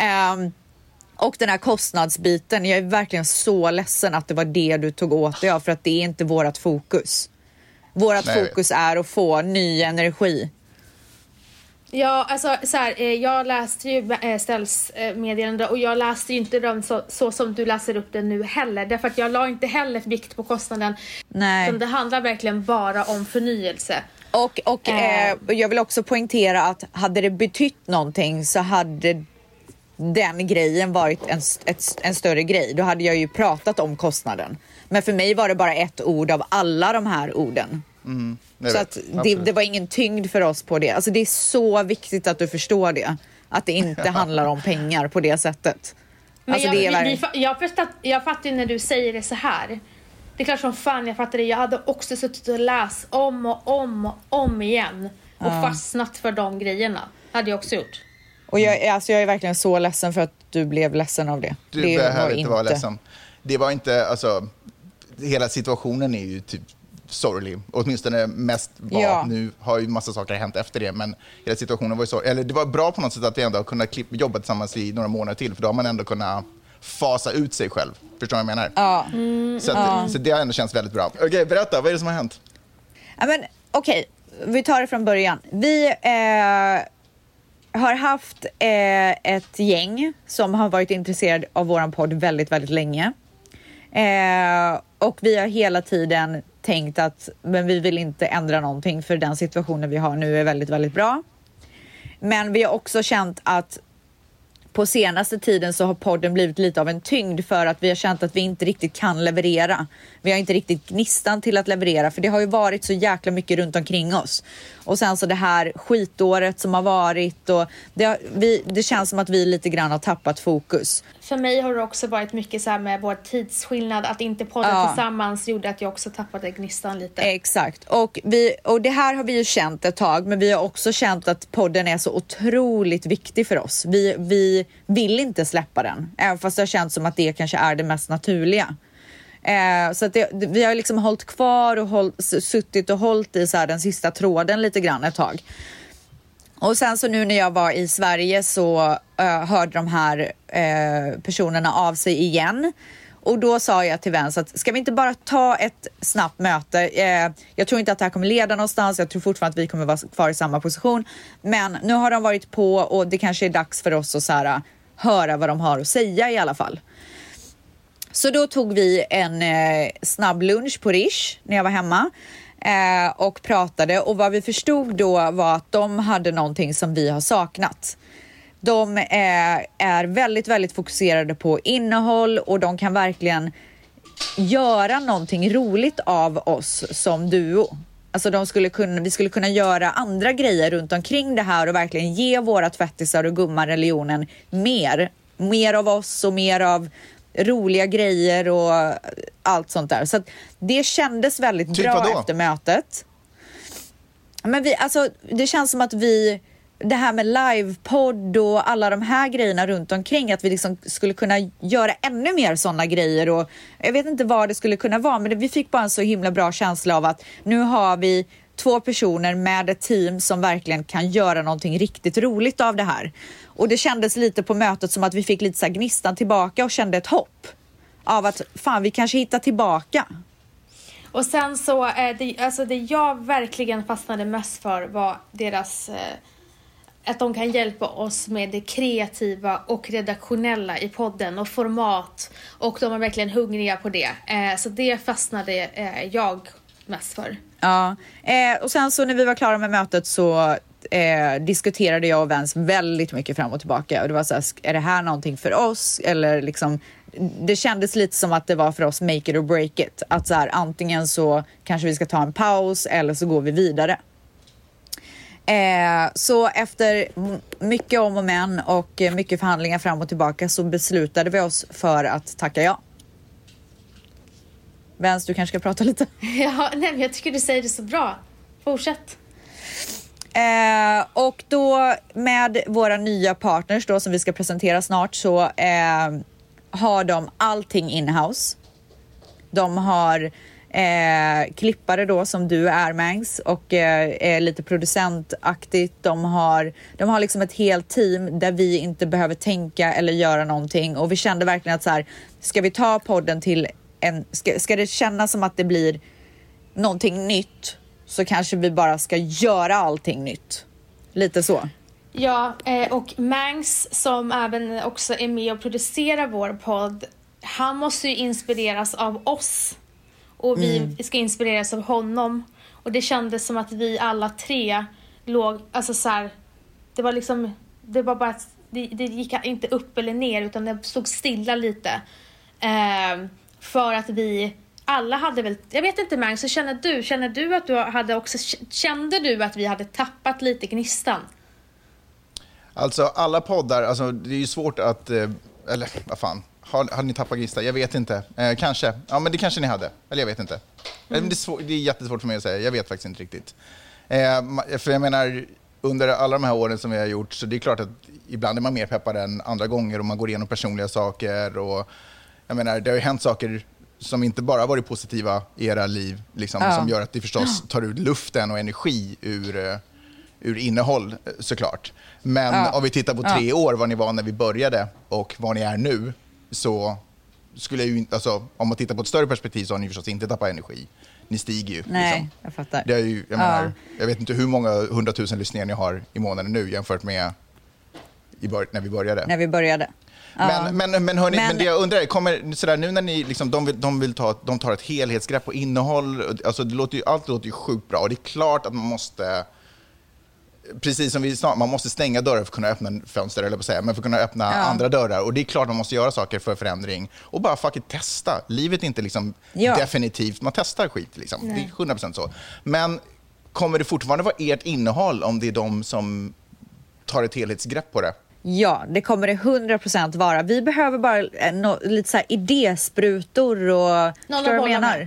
Och den här kostnadsbiten, jag är verkligen så ledsen att det var det du tog åt dig av, för att det är inte vårat fokus. Vårat fokus är att få ny energi. Ja, alltså så här, jag läste ju Stells meddelande och jag läste ju inte dem så som du läser upp det nu heller. Därför att jag la inte heller vikt på kostnaden. Nej. Det handlar verkligen bara om förnyelse. Och jag vill också poängtera att hade det betytt någonting så hade den grejen varit en större grej. Då hade jag ju pratat om kostnaden. Men för mig var det bara ett ord av alla de här orden. Så att det var ingen tyngd för oss på det. Alltså det är så viktigt att du förstår det. Att det inte handlar om pengar på det sättet. Men alltså jag fattar ju när du säger det så här. Det är klart som fan jag fattar det. Jag hade också suttit och läst om och om igen. Och fastnat för de grejerna. Hade jag också gjort. Och jag är verkligen så ledsen för att du blev ledsen av det. Du behöver inte vara ledsen. Det var inte, alltså, hela situationen är ju typ sorglig. Åtminstone mest nu har ju massa saker hänt efter det, men hela situationen var ju sorglig. Eller det var bra på något sätt att vi ändå har kunnat jobba tillsammans i några månader till, för då har man ändå kunnat fasa ut sig själv. Förstår du vad jag menar? Ja. Så det har ändå känts väldigt bra. Okej, berätta, vad är det som har hänt? Ja, men okej, vi tar det från början. Vi har haft ett gäng som har varit intresserad av våran podd väldigt, väldigt länge. Och vi har hela tiden tänkt att men vi vill inte ändra någonting, för den situationen vi har nu är väldigt, väldigt bra. Men vi har också känt att på senaste tiden så har podden blivit lite av en tyngd, för att vi har känt att vi inte riktigt kan leverera. Vi har inte riktigt gnistan till att leverera, för det har ju varit så jäkla mycket runt omkring oss. Och sen så det här skitåret som har varit, och det känns som att vi lite grann har tappat fokus. För mig har det också varit mycket så här med vår tidsskillnad, att inte podden tillsammans gjorde att jag också tappade gnistan lite. Exakt. Och det här har vi ju känt ett tag, men vi har också känt att podden är så otroligt viktig för oss. Vi vill inte släppa den, även fast det har känts som att det kanske är det mest naturliga. Så att vi har liksom hållit kvar och suttit och hållit i så här den sista tråden lite grann ett tag. Och sen så nu när jag var i Sverige så hörde de här personerna av sig igen. Och då sa jag till Vens att ska vi inte bara ta ett snabbt möte? Jag tror inte att det här kommer leda någonstans. Jag tror fortfarande att vi kommer vara kvar i samma position. Men nu har de varit på, och det kanske är dags för oss att så här, höra vad de har att säga i alla fall. Så då tog vi en snabb lunch på Rish när jag var hemma. Och pratade, och vad vi förstod då var att de hade någonting som vi har saknat. De är väldigt, väldigt fokuserade på innehåll, och de kan verkligen göra någonting roligt av oss som duo. Alltså vi skulle kunna göra andra grejer runt omkring det här och verkligen ge våra tvättisar och gummareligionen mer av oss och mer av roliga grejer och allt sånt där. Så att det kändes väldigt bra efter mötet. Men det känns som att det här med livepodd och alla de här grejerna runt omkring, att vi liksom skulle kunna göra ännu mer sådana grejer, och jag vet inte vad det skulle kunna vara, men vi fick bara en så himla bra känsla av att nu har vi 2 personer med ett team som verkligen kan göra någonting riktigt roligt av det här. Och det kändes lite på mötet som att vi fick lite så här gnistan tillbaka och kände ett hopp av att fan, vi kanske hittar tillbaka. Och sen så, det jag verkligen fastnade mest för var deras, att de kan hjälpa oss med det kreativa och redaktionella i podden och format. Och de är verkligen hungriga på det. Så det fastnade jag mest för. Ja, och sen så när vi var klara med mötet så diskuterade jag och Vance väldigt mycket fram och tillbaka. Och det var så här, är det här någonting för oss? Eller liksom, det kändes lite som att det var för oss make it or break it. Att så här, antingen så kanske vi ska ta en paus eller så går vi vidare. Så efter mycket om och men och mycket förhandlingar fram och tillbaka så beslutade vi oss för att tacka ja. Vance, du kanske ska prata lite? Ja, nej, men jag tycker du säger det så bra. Fortsätt. Och då med våra nya partners då, som vi ska presentera snart, så har de allting in-house. De har klippare då som du är, Mangs, och är lite producentaktigt. De har liksom ett helt team där vi inte behöver tänka eller göra någonting. Och vi kände verkligen att så här, ska vi ta podden till ska det kännas som att det blir någonting nytt, så kanske vi bara ska göra allting nytt. Lite så. Ja, och Mangs som även också är med och producerar vår podd, han måste ju inspireras av oss. Och vi ska inspireras av honom. Och det kändes som att vi alla tre låg, alltså så här, det var liksom, det var bara, det gick inte upp eller ner, utan det stod stilla lite. För att vi alla hade väl, jag vet inte, Mangs, så känner du att du hade också, kände du att vi hade tappat lite gnistan? Alltså alla poddar, alltså det är ju svårt att, eller vad fan, hade ni tappat gnistan? Jag vet inte, kanske, ja men det kanske ni hade, eller jag vet inte. Det är jättesvårt för mig att säga, jag vet faktiskt inte riktigt. För jag menar, under alla de här åren som vi har gjort, så det är klart att ibland är man mer peppad än andra gånger och man går igenom personliga saker, och jag menar, det har ju hänt saker som inte bara varit positiva i era liv, liksom, som gör att det förstås tar ut luften och energi ur innehåll, såklart. Men om vi tittar på 3 år, vad ni var när vi började och vad ni är nu, så skulle jag ju inte, alltså, om man tittar på ett större perspektiv, så har ni förstås inte tappat energi. Ni stiger ju. Nej, liksom. jag fattar. Det är ju, jag menar, jag vet inte hur många 100 000 lyssningar ni har i månaden nu jämfört med när vi började. När vi började. Men hörni, men det jag undrar, kommer sådär nu när ni liksom, de tar ett helhetsgrepp på innehåll, alltså allt låter ju sjukt bra, och det är klart att man måste, precis som vi sa, man måste stänga dörrar för att kunna öppna fönster, eller på att säga, men för att kunna öppna andra dörrar, och det är klart man måste göra saker för förändring och bara fucking testa. Livet är inte liksom definitivt, man testar skit liksom. Det är 100% så. Men kommer det fortfarande vara ert innehåll om det är de som tar ett helhetsgrepp på det? Ja, det kommer det 100% vara. Vi behöver bara lite så här idésprutor och förstår vad jag menar.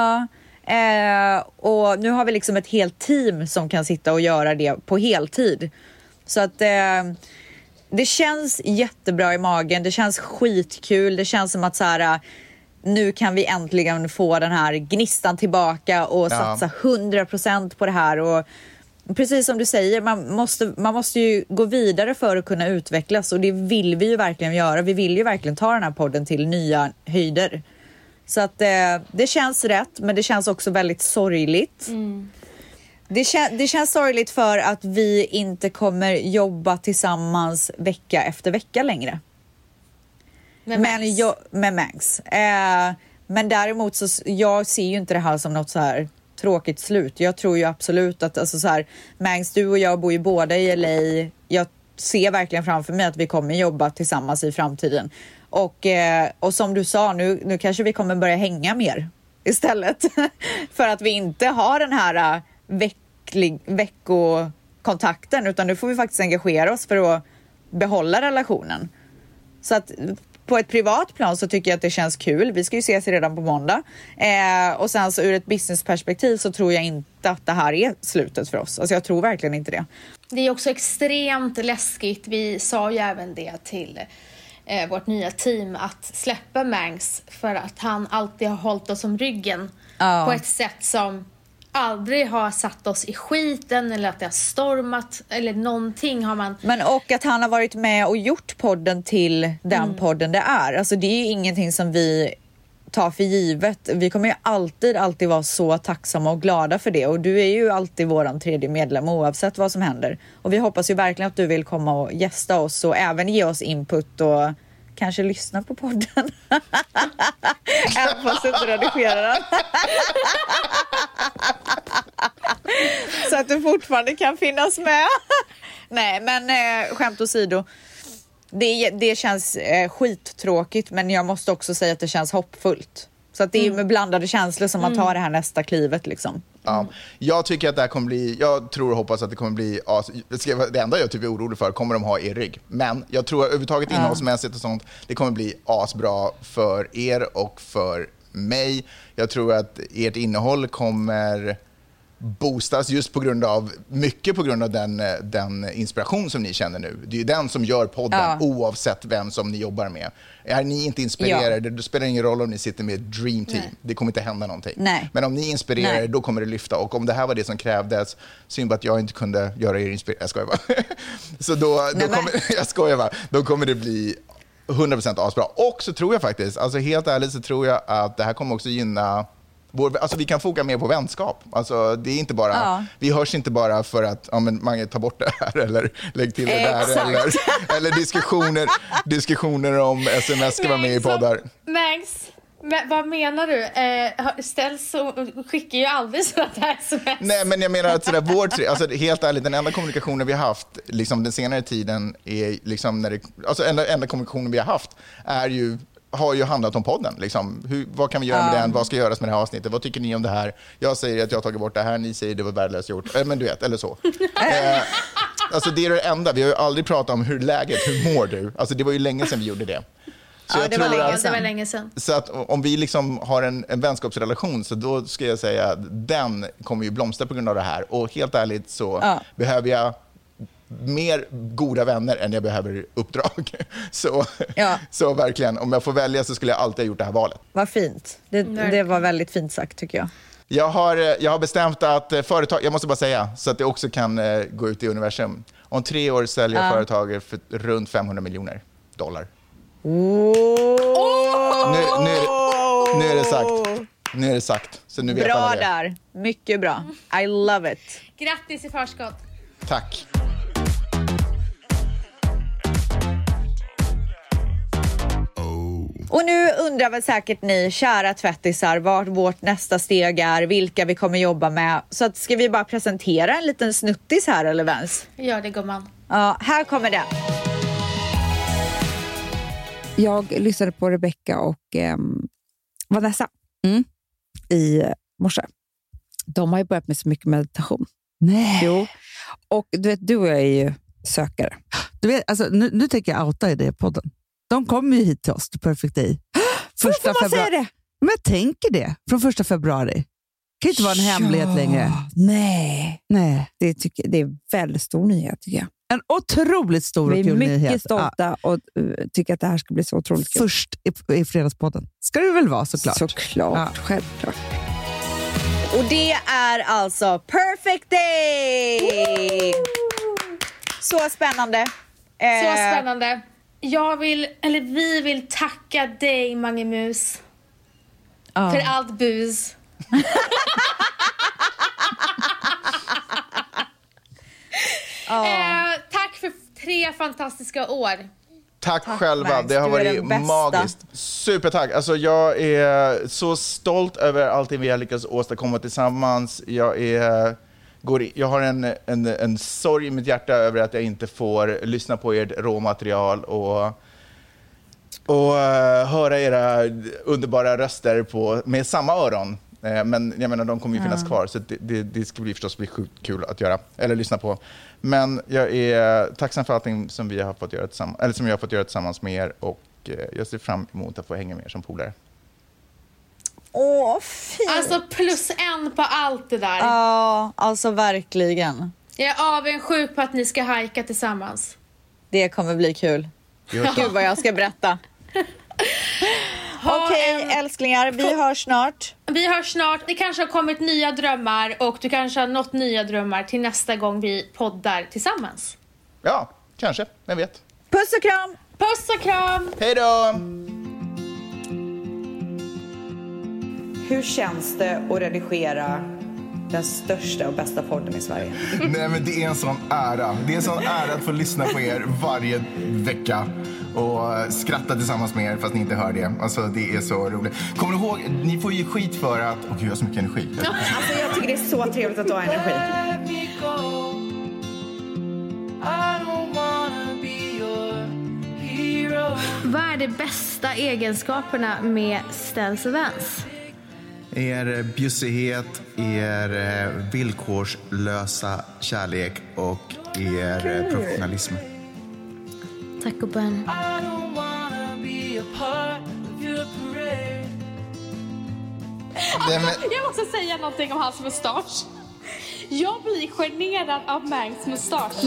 Ja. Och nu har vi liksom ett helt team som kan sitta och göra det på heltid. Så att det känns jättebra i magen. Det känns skitkul. Det känns som att så här, nu kan vi äntligen få den här gnistan tillbaka och satsa 100% på det här. Och precis som du säger, man måste ju gå vidare för att kunna utvecklas, och det vill vi ju verkligen göra. Vi vill ju verkligen ta den här podden till nya höjder. Så att det känns rätt, men det känns också väldigt sorgligt. Det känns sorgligt för att vi inte kommer jobba tillsammans vecka efter vecka längre. Med Mangs. Men däremot så jag ser ju inte det här som något så här tråkigt slut. Jag tror ju absolut att, alltså så här, Mangs, du och jag bor ju båda i LA. Jag ser verkligen framför mig att vi kommer jobba tillsammans i framtiden. Och som du sa, nu kanske vi kommer börja hänga mer istället. För att vi inte har den här veckokontakten, utan nu får vi faktiskt engagera oss för att behålla relationen. Så att på ett privat plan så tycker jag att det känns kul. Vi ska ju ses redan på måndag. Och sen så ur ett businessperspektiv så tror jag inte att det här är slutet för oss. Alltså jag tror verkligen inte det. Det är också extremt läskigt. Vi sa ju även det till vårt nya team, att släppa Mangs, för att han alltid har hållit oss om ryggen på ett sätt som aldrig har satt oss i skiten, eller att det har stormat eller någonting har man. Men och att han har varit med och gjort podden till den podden det är. Alltså det är ju ingenting som vi tar för givet. Vi kommer ju alltid vara så tacksamma och glada för det, och du är ju alltid våran 3:e medlem oavsett vad som händer. Och vi hoppas ju verkligen att du vill komma och gästa oss och även ge oss input och kanske lyssna på podden. Även fast jag inte redigerar den. Så att du fortfarande kan finnas med. Nej, men skämt åsido. Det känns skittråkigt, men jag måste också säga att det känns hoppfullt. Så att det är med blandade känslor som man tar det här nästa klivet liksom. Ja, jag tycker att det här kommer bli, jag tror och hoppas att det kommer bli, det enda jag typ är orolig för, kommer de ha er rygg. Men jag tror överhuvudtaget innehållsmässigt och sånt, det kommer bli asbra för er och för mig. Jag tror att ert innehåll kommer boostas just mycket på grund av den inspiration som ni känner nu. Det är ju den som gör podden oavsett vem som ni jobbar med. Är ni inte inspirerade, det spelar ingen roll om ni sitter med ett dream team. Nej. Det kommer inte hända någonting. Nej. Men om ni inspirerar, då kommer det lyfta. Och om det här var det som krävdes, synd att jag inte kunde göra er inspirerad. Jag skojar bara. Så då kommer det bli 100% asbra. Och så tror jag faktiskt, alltså helt ärligt så tror jag att det här kommer också gynna vi kan foka mer på vänskap. Alltså, det är inte bara, vi hörs inte bara för att man tar bort det här eller lägg till det där eller diskussioner om sms ska vara med i poddar. Max, vad menar du? Ställs så skickar ju aldrig sådana här sms. Nej, men jag menar att alltså helt ärligt, den enda kommunikationen vi har haft liksom den senare tiden är liksom enda kommunikationen vi har haft har ju handlat om podden. Liksom. Vad kan vi göra med den? Vad ska göras med det här avsnittet? Vad tycker ni om det här? Jag säger att jag har tagit bort det här. Ni säger att det var värdelöst gjort. Men du vet, eller så. Alltså det är det enda. Vi har ju aldrig pratat om hur mår du? Alltså det var ju länge sedan vi gjorde det. Så det var länge sedan. Så att om vi liksom har en vänskapsrelation, så då ska jag säga att den kommer ju blomstra på grund av det här. Och helt ärligt så behöver jag mer goda vänner än jag behöver uppdrag. Så verkligen, om jag får välja så skulle jag alltid ha gjort det här valet. Vad fint. Det var väldigt fint sagt tycker jag. Jag har bestämt att företag, jag måste bara säga, så att det också kan gå ut i universum. Om 3 år säljer företaget för runt $500 miljoner. Nu är det sagt. Nu är det sagt. Så nu vet bra där. Mycket bra. I love it. Grattis i förskott. Tack. Och nu undrar väl säkert ni, kära tvättisar, vart vårt nästa steg är, vilka vi kommer jobba med. Så att, ska vi bara presentera en liten snuttis här, eller Vens? Ja, det går man. Ja, här kommer det. Jag lyssnade på Rebecca och Vanessa i morse. De har ju börjat med så mycket meditation. Nej. Jo. Och du vet, du och jag är ju sökare. Du vet, alltså, nu tänker jag outa i det podden. De kommer ju hit till oss, till Perfect Day. Varför man säger det? Men jag tänker det, från 1 februari. Det kan inte vara en hemlighet längre. Nej. Det är väldigt stor nyhet tycker jag. En otroligt stor och kul nyhet. Vi är mycket stolta och tycker att det här ska bli så otroligt kul. Först i Fredagspodden. Ska det väl vara såklart? Såklart, självklart. Och det är alltså Perfect Day! Så spännande. Så spännande. Vi vill tacka dig, Mange Mus. För allt bus. Tack för 3 fantastiska år. Tack själva, Max, det har varit magiskt. Supertack. Alltså, jag är så stolt över allting vi har lyckats åstadkomma tillsammans. Jag har en sorg i mitt hjärta över att jag inte får lyssna på ert råmaterial och höra era underbara röster med samma öron. Men jag menar, de kommer ju finnas kvar, så det ska förstås bli sjukt kul att göra eller lyssna på. Men jag är tacksam för allting som vi har fått göra tillsammans, eller som jag har fått göra tillsammans med er, och jag ser fram emot att få hänga med er som polare. Åh, fint. Alltså +1 på allt det där. Ja, alltså verkligen. Jag är avundsjuk på att ni ska hajka tillsammans. Det kommer bli kul. Gud vad jag ska berätta. Okej, älsklingar, vi hörs snart. Vi hörs snart. Det kanske har kommit nya drömmar, och du kanske har nått nya drömmar till nästa gång vi poddar tillsammans. Ja, kanske. Vem vet. Puss och kram! Puss och kram! Hej då! Hur känns det att redigera den största och bästa podden i Sverige. Nej, men det är en sån ära. Det är en sån ära att få lyssna på er varje vecka och skratta tillsammans med er fast ni inte hör det. Alltså, det är så roligt. Kommer du ihåg, ni får ju skit för att... Gud, jag har så mycket energi. Alltså, jag tycker det är så trevligt att du har energi. Vad är de bästa egenskaperna med Ställs Events? Er bjussighet, er villkorslösa kärlek och er professionalism. Tack och bön. Jag måste säga någonting om hans mustasch. Jag blir generad av Mangs mustasch.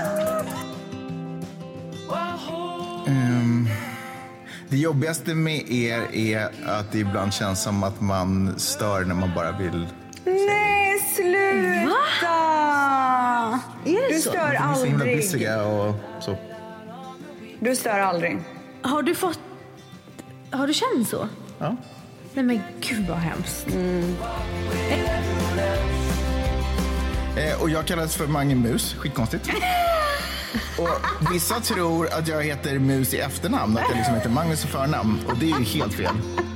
Det jobbigaste med er är att det ibland känns som att man stör när man bara vill... Nej, sluta! Är det du så? Stör aldrig. Ni är så himla bussiga och så. Du stör aldrig. Har du känt så? Ja. Nej men gud vad hemskt. Och jag kallas för Mange Mus, skitkonstigt. Och vissa tror att jag heter Mus i efternamn, att jag liksom heter Magnus i förnamn. Och det är ju helt fel.